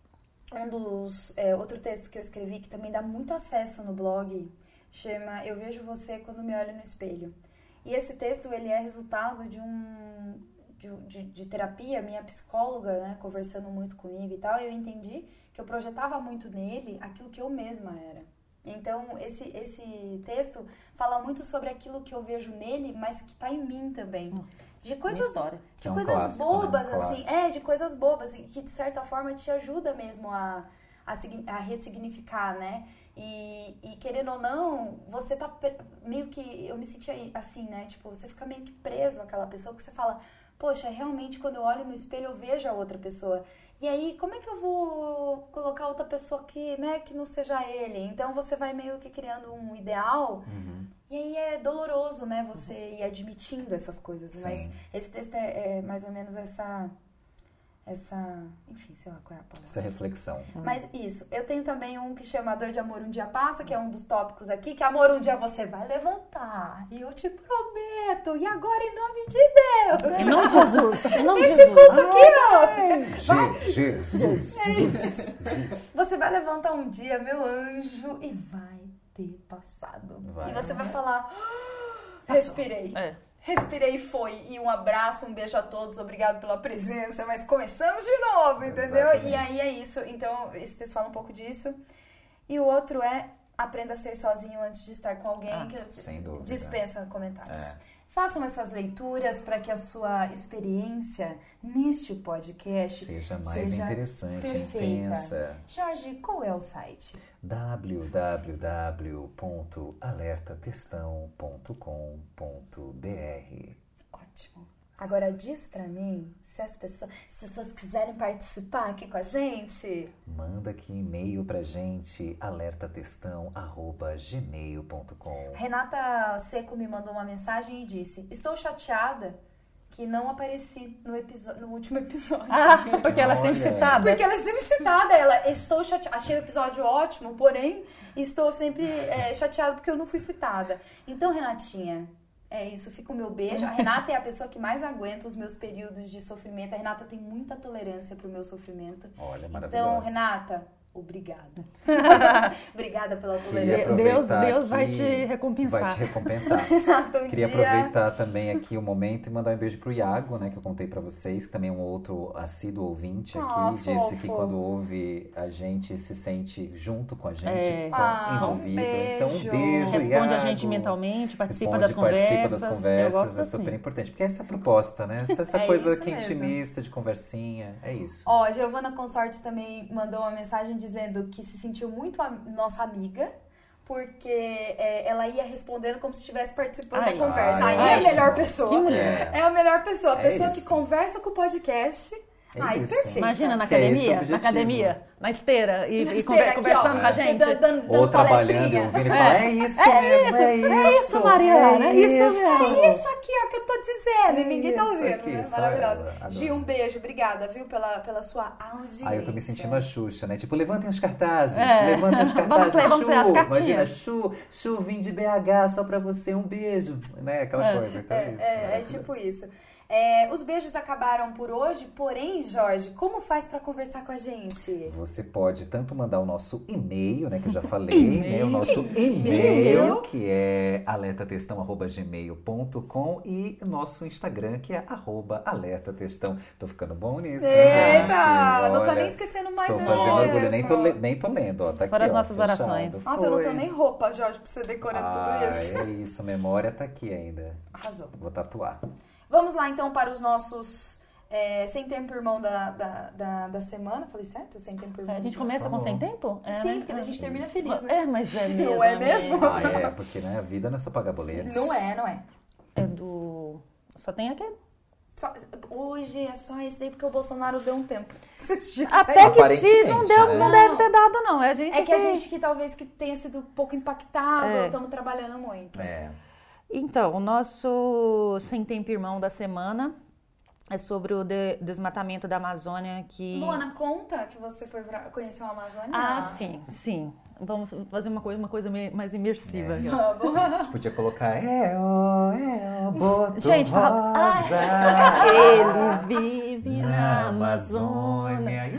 um dos... É, outro texto que eu escrevi, que também dá muito acesso no blog, chama Eu Vejo Você Quando Me Olho no Espelho. E esse texto, ele é resultado de um... De, de, de terapia, minha psicóloga, né, conversando muito comigo e tal, e eu entendi que eu projetava muito nele aquilo que eu mesma era. Então, esse, esse texto fala muito sobre aquilo que eu vejo nele, mas que está em mim também. De coisas, história. de É um coisas clássico, bobas, né? Um assim. clássico. É, de coisas bobas, e que de certa forma te ajuda mesmo a, a, a ressignificar, né? E, e querendo ou não, você tá meio que... Eu me senti assim, né? Tipo, você fica meio que preso àquela pessoa que você fala... Poxa, realmente quando eu olho no espelho eu vejo a outra pessoa. E aí, como é que eu vou colocar outra pessoa que, né, que não seja ele? Então você vai meio que criando um ideal. Uhum. E aí é doloroso, né, você ir admitindo essas coisas. Sim. Mas esse texto é, é mais ou menos essa... Essa... Enfim, sei lá qual é a palavra. Essa reflexão. Mas isso, eu tenho também um que chama Dor de Amor Um Dia Passa, que é um dos tópicos aqui, que amor um dia você vai levantar, e eu te prometo, e agora em nome de Deus. Em nome de Jesus. Em nome de Esse Jesus. culto aqui, ó. Je- Jesus. Jesus. Jesus. Você vai levantar um dia, meu anjo, e vai ter passado. Vai. E você vai falar, "Ah, respirei. É. Respirei e foi. E um abraço, um beijo a todos, obrigado pela presença, mas começamos de novo, entendeu? Exatamente. E aí é isso. Então, esse texto fala um pouco disso. E o outro é aprenda a ser sozinho antes de estar com alguém, Ah, que sem dúvida. dispensa comentários. É. Façam essas leituras para que a sua experiência neste podcast Seja mais seja interessante, perfeita. intensa. Jorge, qual é o site? w w w ponto alerta textão ponto com ponto b r. Ótimo. Agora diz pra mim se as pessoas, se as pessoas quiserem participar aqui com a gente. Manda aqui e-mail pra gente, alertatextão arroba gmail ponto com. Renata Seco me mandou uma mensagem e disse: estou chateada que não apareci no, episo- no último episódio. Ah, porque ela é sempre Olha. citada. Porque ela é sempre citada, ela, estou chateada, achei o episódio ótimo, porém, estou sempre é, chateada porque eu não fui citada. Então, Renatinha, é isso, fica o meu beijo. A Renata é a pessoa que mais aguenta os meus períodos de sofrimento. A Renata tem muita tolerância pro meu sofrimento. Olha, maravilhosa. Então, Renata, obrigada. Obrigada pela Queria tolerância. Deus- aproveitar Deus vai aqui- te recompensar. Vai te recompensar. Renata, um Queria dia... aproveitar também aqui o momento e mandar um beijo pro Iago, né, que eu contei pra vocês, que também é um outro assíduo ouvinte aqui, Ah, disse que fofo. quando ouve a gente se sente junto com a gente, É. com- Ah, envolvido. um Então, um beijo. beijo, Responde a Iago. gente mentalmente, participa Responde, das conversas. participa das Eu conversas, gosto é assim. super importante. Porque essa é a proposta, né? Essa, essa É coisa isso mesmo. intimista, de conversinha, é isso. Ó, a Giovana Consorte também mandou uma mensagem dizendo que se sentiu muito a nossa amiga, porque é, ela ia respondendo como se estivesse participando Ai, da conversa. ai, Aí é a ótimo. melhor pessoa. Que mulher. É a melhor pessoa. A É pessoa que isso. conversa com o podcast. É Ai, isso. perfeito. Imagina na Que é esse o academia, na objetivo. academia, na esteira, e, Na e esteira conver- aqui, conversando ó, com a gente. dando- dando Ou trabalhando e palestrinha. ouvindo e falar, é isso mesmo, é isso. é isso, Mariana, é isso mesmo. É isso aqui, ó, que eu tô dizendo. E ninguém tá Isso ouvindo, aqui, né? só Maravilhosa. ela. Adoro. Gi, um beijo. Obrigada, viu, pela, pela sua audiência. Aí eu tô me sentindo a Xuxa, né? Tipo, levantem os cartazes, É. levantem os Vamos cartazes, ler, vamos Chu, ler as cartinhas. imagina, Chu, Chu, vim de B H só pra você, um beijo, né? Aquela É. coisa, então é, É, isso. é, é maravilhoso. tipo isso. É, os beijos acabaram por hoje, porém, Jorge, como faz pra conversar com a gente? Você pode tanto mandar o nosso e-mail, né, que eu já falei, né, o nosso e-mail, que é alertatextão arroba gmail ponto com, e o nosso Instagram, que é arroba alertatextão. Tô ficando bom nisso, né, Eita! gente? Não tô Olha, nem esquecendo mais Tô não fazendo mesmo. orgulho, nem tô, le- nem tô lendo, ó, tá aqui, Foram as ó, nossas fechado. orações. Nossa, eu não Foi. tenho nem roupa, Jorge, pra você decorando Ah, tudo isso. é isso, memória tá aqui ainda. Arrasou. Vou tatuar. Vamos lá, então, para os nossos é, Sem Tempo Irmão da, da, da, da semana. Falei certo? Sem Tempo Irmão. A gente começa com sem tempo? É, Sim, né? porque a gente termina Isso. feliz, né? É, mas é mesmo. Não é mesmo? amiga. Ah, é, porque né, a vida não é só pagar boletos. Não é, não é. É do... Só tem aquele. Só- hoje é só esse daí porque o Bolsonaro deu um tempo. Até que se não Aparentemente, deu, né? não deve ter dado, não. É a gente É que a gente que talvez que tenha sido um pouco impactado, É. estamos trabalhando muito. É. Então, o nosso Sem Tempo Irmão da semana é sobre o de- desmatamento da Amazônia que... Luana, conta que você foi pra conhecer o Amazônia. Ah, sim, sim. Vamos fazer uma coisa, uma coisa me- mais imersiva. aqui, ó. Vamos. A gente podia colocar é ó, é ó, boto Gente, fala- rosa Ele vive na na Amazônia. Amazônia. E o quê?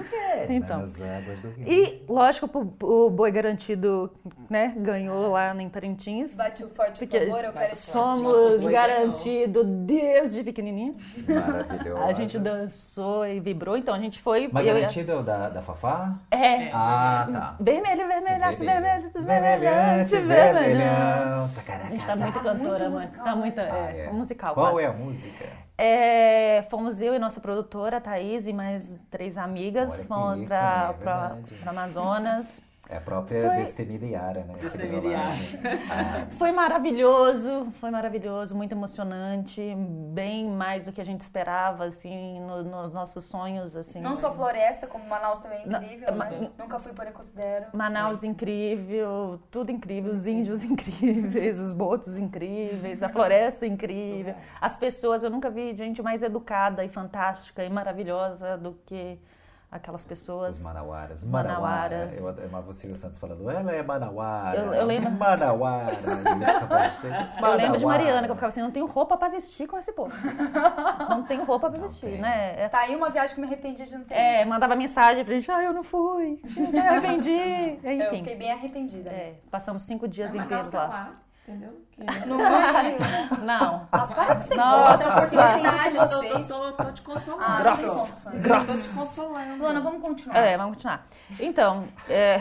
Então. Nas águas do rio. E, lógico, o, o Boi Garantido, né, ganhou lá em Parintins. Bate o forte Porque tambor, eu quero esse somos Foi garantidos desde pequenininho. Maravilhoso. A gente dançou e vibrou, então a gente foi... Mas eu- garantido é o da, da Fafá? É. Ah, tá. Vermelho, vermelhaço, vermelho, vermelhante, vermelhante, vermelhão. vermelhão. A Tacaraca, gente tá muito Tá cantora, muito mano. musical, Tá muito, né? Ah, é, é. musical Qual quase. é a música? É, fomos eu e nossa produtora, a Thaís, e mais três amigas. Olha que Fomos ícone, pra, é pra, verdade. pra Amazonas. É a própria Foi- Destemida Yara, né? Destemida Yara. Ah, Foi maravilhoso, foi maravilhoso, muito emocionante, bem mais do que a gente esperava, assim, no- nos nossos sonhos, assim. Não só floresta, como Manaus também é Não, incrível, ma- né? Nunca fui, porém considero. Manaus incrível, tudo incrível, os índios incríveis, os botos incríveis, a floresta incrível. As pessoas, eu nunca vi gente mais educada e fantástica e maravilhosa do que aquelas pessoas. Os manauaras. Manauaras. Eu eu amava o Silvio Santos falando, ela é manauara. Eu- eu lembro- Manauara. E ele ficava, "Gente, Eu lembro de manauara." Mariana, que eu ficava assim, não tenho roupa pra vestir com esse povo. Não tenho roupa pra Não vestir, tem. né? É- Tá aí uma viagem que me arrependi de não ter. É, mandava mensagem pra gente, ah, eu não fui, eu me arrependi. Eu Enfim, fiquei bem arrependida. é, passamos cinco dias Mas inteiros Manaus tá lá. lá, entendeu? Que- Não conseguiu, né? Não. Mas para de ser Nossa. outra oportunidade Verdade, de eu tô, vocês. tô, tô, tô te consolando. Ah, Grossa. sem condições. Grossa. Tô te consolando. Luana, vamos continuar. É, vamos continuar. Então, é,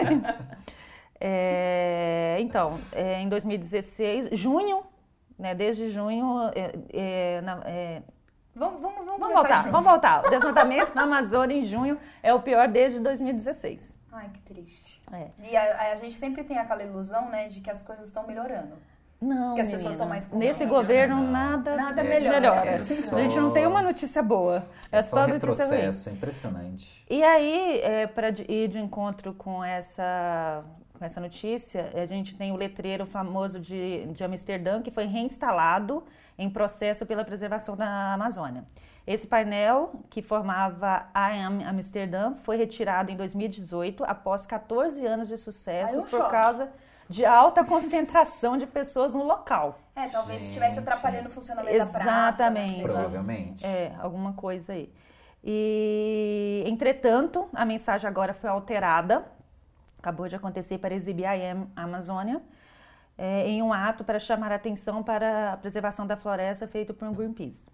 é, então é, em dois mil e dezesseis, junho, né, desde junho, é, é, na- é, Vamos, vamos, vamos, vamos começar voltar, de vamos novo. voltar. O desmatamento na Amazônia em junho é o pior desde dois mil e dezesseis. Ai, que triste. É. E a, a gente sempre tem aquela ilusão, né, de que as coisas estão melhorando. Não, Porque as pessoas menina. estão mais conscientes, Nesse governo, né? nada, Nada É, melhora. melhora. é só- A gente não tem uma notícia boa. É, É só, só notícia ruim. retrocesso, é impressionante. E aí, é, para ir de encontro com essa, com essa notícia, a gente tem o letreiro famoso de, de Amsterdã, que foi reinstalado em processo pela preservação da Amazônia. Esse painel, que formava I Am Amsterdã, foi retirado em dois mil e dezoito, após quatorze anos de Aí sucesso, um por choque. causa de alta concentração de pessoas no local. É, talvez Gente. estivesse atrapalhando o funcionamento da praça. Exatamente. Né? Sei lá. Provavelmente. É, alguma coisa aí. E, entretanto, a mensagem agora foi alterada, acabou de acontecer para exibir a I Am Amazônia, é, em um ato para chamar a atenção para a preservação da floresta feito por um Greenpeace.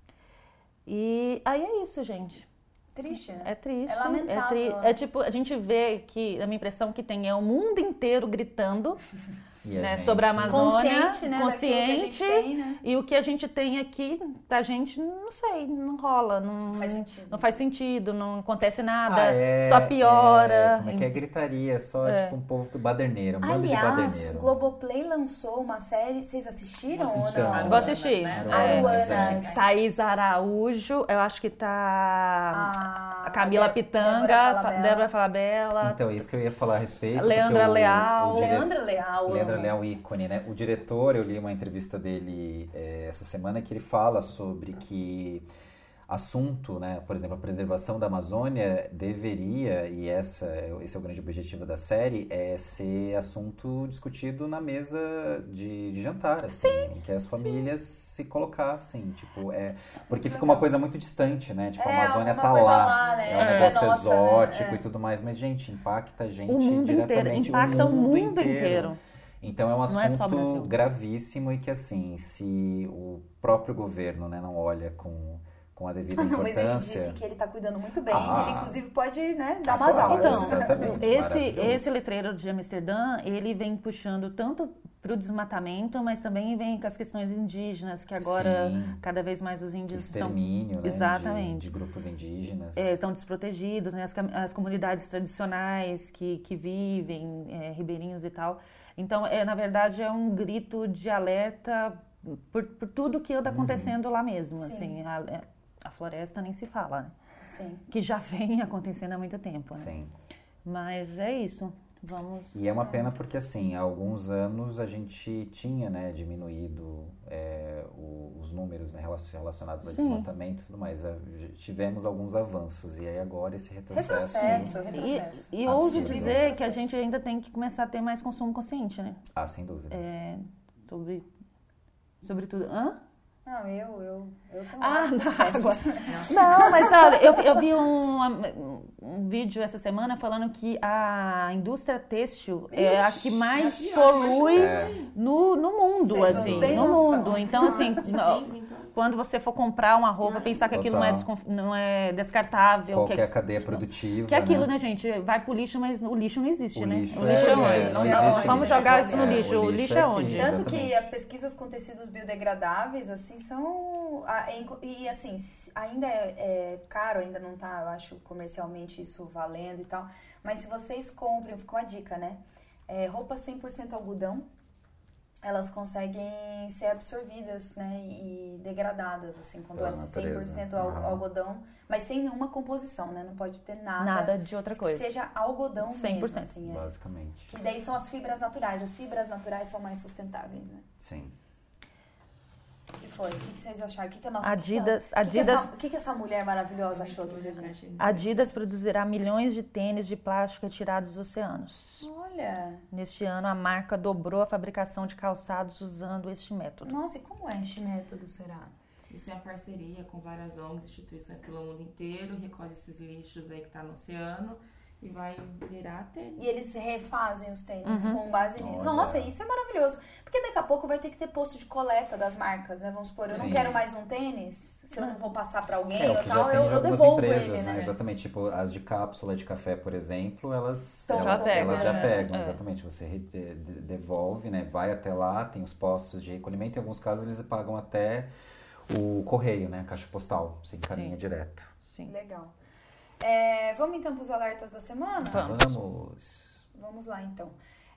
E aí é isso, gente. Triste, né? É triste. É lamentável, É, tri- né? é tipo, a gente vê que, a minha impressão que tem é o mundo inteiro gritando E a né, gente- sobre a Amazônia, Consciente, né, consciente, daquilo que a gente tem, né? e o que a gente tem aqui, pra gente, não sei, não rola, não, Faz sentido. não faz sentido, não acontece nada, Ah, é, só piora. é, como é que é gritaria? É só tipo um povo que baderneiro, um bando de Aliás, baderneiro. Globoplay lançou uma série, vocês assistiram ou Então, não? Vou assistir. né? É, Aruanas. Thaís Araújo, eu acho que tá A, a Camila Dé- Pitanga, Débora Fa- Falabella. Débora Falabella, Então, isso que eu ia falar a respeito. Leandra porque o- Leal. o dire- Leandra Leal. Leandra amo. Leal, ícone, né? O diretor, eu li uma entrevista dele eh, essa semana que ele fala sobre que assunto, né, por exemplo, a preservação da Amazônia deveria, e essa, esse é o grande objetivo da série, é ser assunto discutido na mesa de, de jantar, assim, em que as famílias se colocassem, tipo, é, porque fica uma coisa muito distante, né, tipo, a É, Amazônia alguma tá coisa lá, lá, né? é um É negócio nossa, né? exótico É. e tudo mais, mas, gente, impacta a gente o mundo inteiro, diretamente, impacta o mundo inteiro. Então é um Não é só assunto Brasil. gravíssimo e que, assim, se o próprio governo, né, não olha com, com a devida Não, mas ele importância... disse que ele tá cuidando muito bem. Ah. Ele, inclusive, pode, né, dar Ah, umas claro, aulas. Então, exatamente, esse, maravilhoso. esse letreiro de Amsterdã, ele vem puxando tanto para o desmatamento, mas também vem com as questões indígenas, que agora Sim. cada vez mais os índios estão extermínio, né, Exatamente. de, de grupos indígenas. é, estão desprotegidos, né? As, cam- as comunidades tradicionais que, que vivem, é, ribeirinhos e tal. Então, é, na verdade, é um grito de alerta por, por tudo que anda acontecendo lá mesmo. Sim. Assim, a, a floresta nem se fala, né? Sim. Que já vem acontecendo há muito tempo, né? Sim. Mas é isso. Vamos. E é uma pena porque, assim, há alguns anos a gente tinha, né, diminuído é, o- os números, né, relacion- relacionados ao Sim. desmatamento e tudo mais. A- Tivemos alguns avanços e aí agora esse retrocesso... Retrocesso, E, retrocesso. e ouso Absurdo. dizer que a Retrocesso. gente ainda tem que começar a ter mais consumo consciente, né? Ah, sem dúvida. É, sobre, sobre tudo. Hã? Não, eu, eu, eu tô Ah, lá, da tô água. péssima. Não, mas olha, eu, eu vi um, um um vídeo essa semana falando que a indústria têxtil é a que mais polui É. no, no mundo, Vocês não assim, têm no noção. mundo. Então, assim, De não- jeans, então. quando você for comprar uma roupa, pensar que aquilo não é, Total. desconf- não é descartável. Qualquer que é, cadeia produtiva, que é aquilo, né? né, gente? Vai pro lixo, mas o lixo não existe, O né? lixo o lixo é- é, é, onde? não existe Vamos lixo. jogar isso no É, lixo. O lixo é aqui, onde? Tanto exatamente. que as pesquisas com tecidos biodegradáveis, assim, são... a- é inclu- E, assim, s- ainda é, é caro, ainda não tá, eu acho, comercialmente isso valendo e tal. Mas se vocês comprem, ficou a dica, né? É, roupas cem por cento algodão, elas conseguem ser absorvidas, né? E degradadas, assim, quando Pela é cem por cento natureza. al- Aham. algodão. Mas sem nenhuma composição, né? Não pode ter nada... Nada de outra que coisa. seja algodão cem por cento. mesmo, assim. É. Basicamente. E daí são as fibras naturais. As fibras naturais são mais sustentáveis, né? Sim. O que foi? O que que vocês acharam? O que que a nossa... Adidas- O que que Adidas- essa, o que que essa mulher maravilhosa achou aqui pra gente? Adidas produzirá milhões de tênis de plástico retirados dos oceanos. Olha... Neste ano, a marca dobrou a fabricação de calçados usando este método. Nossa, e como é este método, será? Isso é uma parceria com várias O N Gs e instituições pelo mundo inteiro, recolhe esses lixos aí que tá no oceano e vai virar tênis. E eles refazem os tênis Uhum. com base nisso. Olha. Nossa, isso é maravilhoso. Porque daqui a pouco vai ter que ter posto de coleta das marcas, né? Vamos supor, eu não Sim. quero mais um tênis, se eu não vou passar pra alguém É, o ou que já tal, tem eu, de eu algumas devolvo empresas, ele, né? né? Exatamente, tipo as de cápsula de café, por exemplo, elas, Então, ela- já pegam, elas já né? pegam, É. exatamente. Você re- de- de- devolve, né? Vai até lá, tem os postos de recolhimento. Em alguns casos eles pagam até o correio, né? A caixa postal, você encaminha Sim. direto. Sim. Legal. É, vamos então pros alertas da semana? Vamos. Vamos. Vamos lá, então.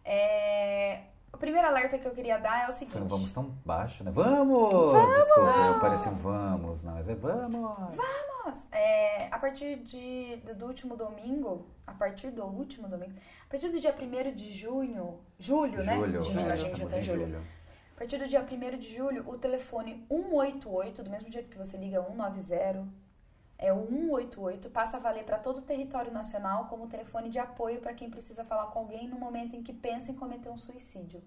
É, o primeiro alerta que eu queria dar é o seguinte. Foi um vamos tão baixo, né? Vamos! Desculpa, eu pareci um vamos, não, mas é vamos! Nossa, é, a partir de, do último domingo, a partir do último domingo, a partir do dia primeiro de junho, julho, né? Julho, Gente, é, a gente já estamos tá em julho. A partir do dia primeiro de julho, o telefone um oito oito, do mesmo jeito que você liga um nove zero, é o um oito oito, passa a valer para todo o território nacional como telefone de apoio para quem precisa falar com alguém no momento em que pensa em cometer um suicídio.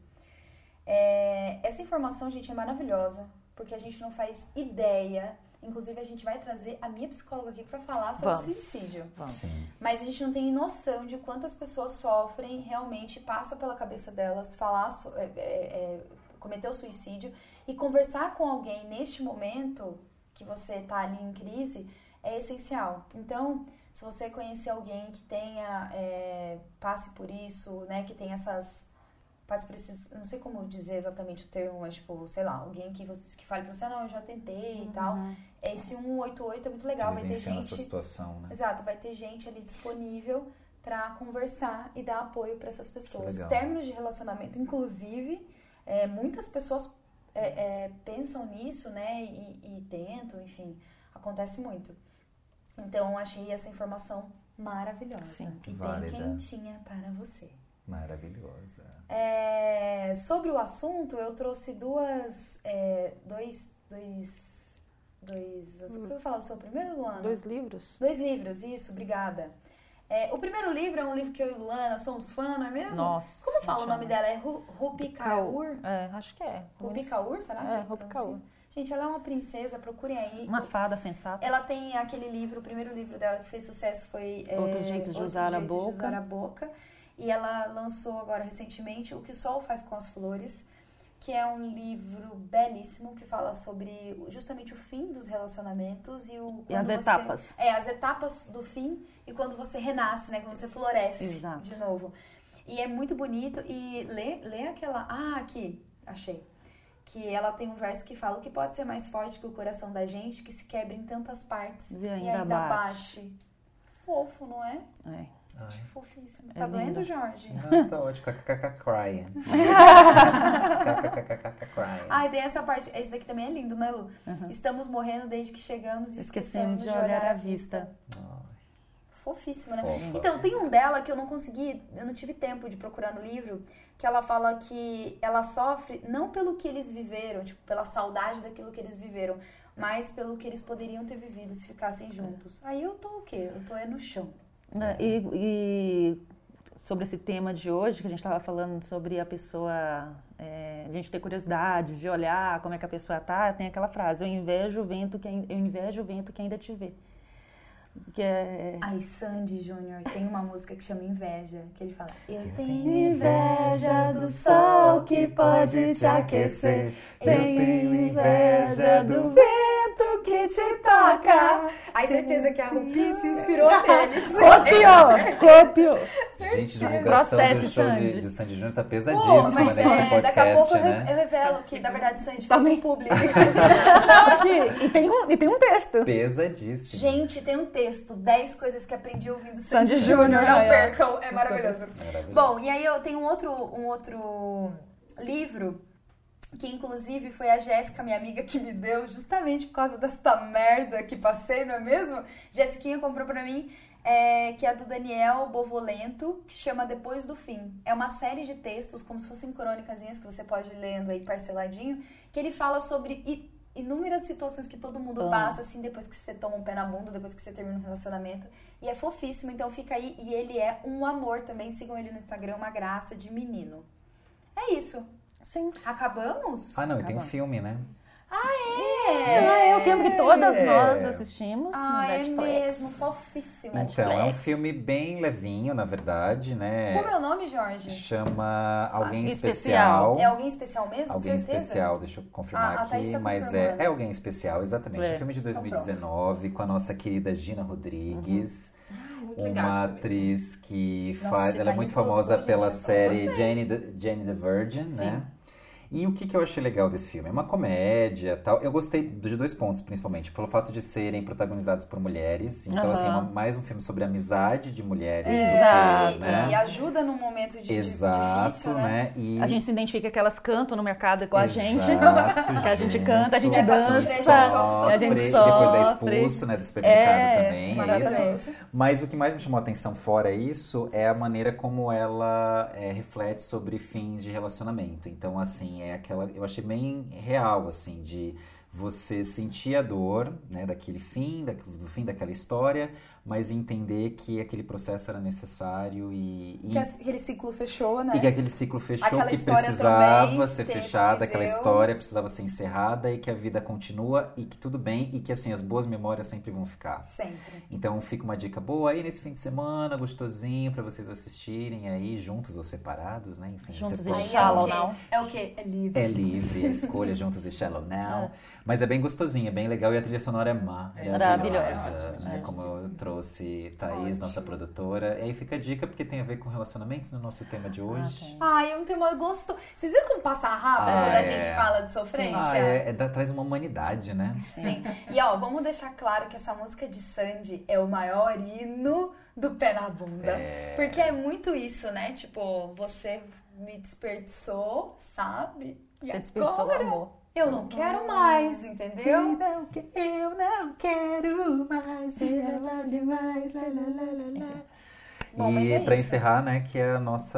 É, essa informação, gente, é maravilhosa, porque a gente não faz ideia. Inclusive, a gente vai trazer a minha psicóloga aqui para falar sobre Vamos. suicídio. Vamos. Sim. Mas a gente não tem noção de quantas pessoas sofrem, realmente passa pela cabeça delas falar, so- é, é, é, cometer o suicídio, e conversar com alguém neste momento que você está ali em crise é essencial. Então, se você conhecer alguém que tenha, é, passe por isso, né, que tem essas, passe por esses, não sei como dizer exatamente o termo, mas tipo, sei lá, alguém que, você, que fale pra você, ah, não, eu já tentei e tal. Esse um oito oito é muito legal, vai ter Vivenciando gente... essa situação, né? Exato, vai ter gente ali disponível para conversar e dar apoio para essas pessoas. legal. Términos de relacionamento, inclusive, é, muitas pessoas é, é, pensam nisso, né, e, e tentam, enfim, acontece muito. Então, achei essa informação maravilhosa. Sim, e válida. bem quentinha para você. Maravilhosa. É, sobre o assunto, eu trouxe duas, é, dois, dois, dois, eu vou falar o seu primeiro, Luana? Dois livros? Dois livros, isso, obrigada. É, o primeiro livro é um livro que eu e Luana somos fã, não é mesmo? Nossa. Como fala o gente, nome é. dela? É Ru- Rupi Kaur? É, acho que é. Rupi Kaur, será que É, é Rupi pronuncia? Kaur. Gente, ela é uma princesa, procurem aí. Uma fada sensata. Ela tem aquele livro, o primeiro livro dela que fez sucesso foi... é, Outros Jeitos de Usar a Jeitos de Boca. Usar a Boca. E ela lançou agora recentemente O que o Sol Faz com as Flores, que é um livro belíssimo que fala sobre justamente o fim dos relacionamentos e, o, E as quando você- etapas. É, as etapas do fim e quando você renasce, né? Quando você floresce Exato. de novo. E é muito bonito. E lê, lê aquela... Ah, aqui, achei. Que ela tem um verso que fala: o que pode ser mais forte que o coração da gente, que se quebra em tantas partes E ainda bate. Fofo, não é? É. Acho Ai. fofíssimo. É Tá doendo, lindo. Jorge? Não, tá ótimo. Kkk crying. Kkk crying. Ah, e tem essa parte. Esse daqui também é lindo, né, Lu? Estamos morrendo desde que chegamos e Esquecemos de olhar à vista. Fofíssimo, né? Fofa. Então, tem um dela que eu não consegui, eu não tive tempo de procurar no livro, que ela fala que ela sofre não pelo que eles viveram, tipo, pela saudade daquilo que eles viveram, mas pelo que eles poderiam ter vivido se ficassem juntos. Aí eu tô o quê? Eu tô é no chão. É, E, e sobre esse tema de hoje, que a gente estava falando sobre a pessoa, é, a gente ter curiosidade de olhar como é que a pessoa tá, tem aquela frase: eu invejo o vento que, ain- eu invejo o vento que ainda te vê. Que é... Ai, Sandy Júnior tem uma música que chama Inveja, que ele fala: Eu Eu tenho inveja do sol que pode te aquecer, tenho inveja do vento que te toca. Ai, certeza que a Rupi se inspirou neles. Copiou, copiou. Gente, divulgação Processo, do show Sandy. de, de Sandy Júnior tá Pô, pesadíssima mas nesse é, daqui a pouco podcast, eu, re- né? eu revelo que, na verdade, Sandy Tá fez um bem. público. Aqui, e, tem um, e tem um texto. Pesadíssimo. Gente, tem um texto, dez coisas que aprendi ouvindo Sandy Sandy Júnior, Júnior, não aí, ó. percam, é maravilhoso. Maravilhoso. Bom, e aí eu tenho um outro, um outro livro, que inclusive foi a Jéssica, minha amiga, que me deu, justamente por causa desta merda que passei, não é mesmo? Jéssiquinha comprou pra mim, é, que é do Daniel Bovolento, que chama Depois do Fim. É uma série de textos, como se fossem crônicazinhas, que você pode ir lendo aí parceladinho, que ele fala sobre i- inúmeras situações que todo mundo Amo. passa, assim, depois que você toma um pé na bunda, depois que você termina um relacionamento. E é fofíssimo, então fica aí. E ele é um amor também, sigam ele no Instagram, uma graça de menino. É isso. Sim. Acabamos? Ah, não, e tem um Acabou. filme, né? É! Ah, é o filme que todas nós assistimos Ah, no é Netflix. mesmo, fofíssimo. Então, é um Netflix. filme bem levinho, na verdade, né? Como é o nome, Jorge? Chama Alguém Ah, Especial. especial. É alguém especial mesmo? Alguém Certeza? Especial, deixa eu confirmar Ah, a Thaís aqui, tá mas é, confirmando. é Alguém Especial, exatamente. É. Um filme de dois mil e dezenove, com a nossa querida Gina Rodrigues, Muito legal uma esse filme. atriz que Nossa, faz, esse ela é país muito gostou, famosa gente, pela eu série gostei. Jane the, Jane the Virgin, Sim. né? E o que, que eu achei legal desse filme? É uma comédia tal. Eu gostei de dois pontos, principalmente. Pelo fato de serem protagonizados por mulheres. Então, Aham. assim, é uma- mais um filme sobre amizade de mulheres. Exato. Do E, que, né? e ajuda num momento de, de- Exato, difícil, né? né? E... A gente se identifica que elas cantam no mercado igual a gente. Exato, Que a gente junto. canta, a gente É pra dança, sofrer, a gente sofre, a gente E sofre. depois é expulso, né, do supermercado É, também, é maravilhoso. isso. Mas o que mais me chamou a atenção fora isso é a maneira como ela é, reflete sobre fins de relacionamento. Então, assim, é aquela... Eu achei bem real, assim, de você sentir a dor, né, daquele fim, da- do fim daquela história, mas entender que aquele processo era necessário e... e Que aquele ciclo fechou, né? e que aquele ciclo fechou, Aquela que história precisava também ser teve- fechada, aquela viveu. história precisava ser encerrada e que a vida continua e que tudo bem e que assim as boas memórias sempre vão ficar. Sempre. Então fica uma dica boa aí nesse fim de semana, gostosinho pra vocês assistirem aí juntos ou separados, né? Enfim, Juntos você e pode- Aí Shallow é o quê? Now. É o quê? É livre. É livre, a escolha juntos e Shallow Now. Mas é bem gostosinho, é bem legal e a trilha sonora é maravilhosa. Maravilhosa. Né? É. Como eu trouxe Thaís, Ótimo. nossa produtora. E aí fica a dica porque tem a ver com relacionamentos no nosso tema de hoje. tem. Ai, é um tema gostoso. Vocês viram como passa rápido Ah, quando a é. gente fala de sofrência? Ah, é, é da- traz uma humanidade, né? Sim. E ó, vamos deixar claro que essa música de Sandy é o maior hino do pé na bunda. É. Porque é muito isso, né? Tipo, você me desperdiçou, sabe? E Você desperdiçou o agora amor. eu não quero mais, entendeu? não, que- eu não quero mais te amar demais. Lá, lá, lá, lá, lá. Bom, mas E é pra isso. encerrar, né, que é a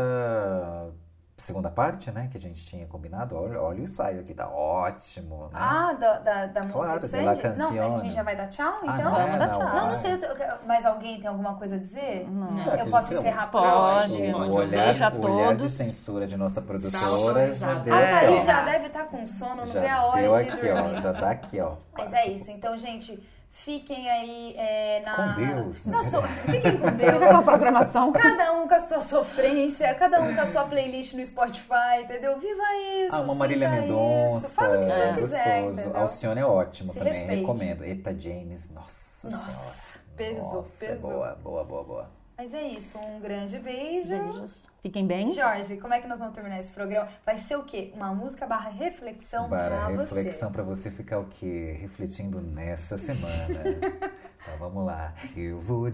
nossa segunda parte, né, que a gente tinha combinado. Olha, olha o ensaio aqui, tá ótimo, né? Ah, da, da, da música Claro, de de La Sandy? Não, mas a Canzone. gente já vai dar tchau, Ah, então? não, é, Vamos dar não, tchau. Não, não ah, sei, eu tô- mas alguém tem alguma coisa a dizer? Não. Eu posso Não, encerrar por pode. hoje? O Pode. olhar, Deixa o olhar de todos. censura de nossa produtora já autorizado. deu A aqui, Thaís ó. já deve estar com sono, não Já vê a hora deu de aqui, ó. dormir. Já tá aqui, ó. Mas é isso. Então, gente, fiquem aí é, na... Com Deus, né? na sua- Fiquem com Deus. Fica essa programação. Cada um com a sua sofrência, cada um com a sua playlist no Spotify, entendeu? Viva isso, Ah, uma sinta Marília isso, Mendonça, faz o que você é, quiser, gostoso. entendeu? Alcione é ótimo Se também, respeite. recomendo. Eta James, nossa Nossa, senhora. pesou, Nossa, pesou. boa, boa, boa, boa. Mas é isso, um grande beijo. Beijos. Fiquem bem. Jorge, como é que nós vamos terminar esse programa? Vai ser o quê? Uma música barra reflexão Para pra reflexão você. pra você ficar o quê? Refletindo nessa semana. Então vamos lá. Eu vou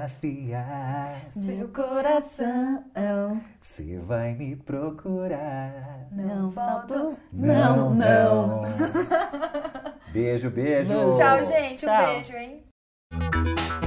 desafiar. Meu coração. Você vai me procurar. Não volto. faltou. Não, Não, não. Beijo, beijo. Beijo. Tchau, gente. Um Tchau. beijo, hein?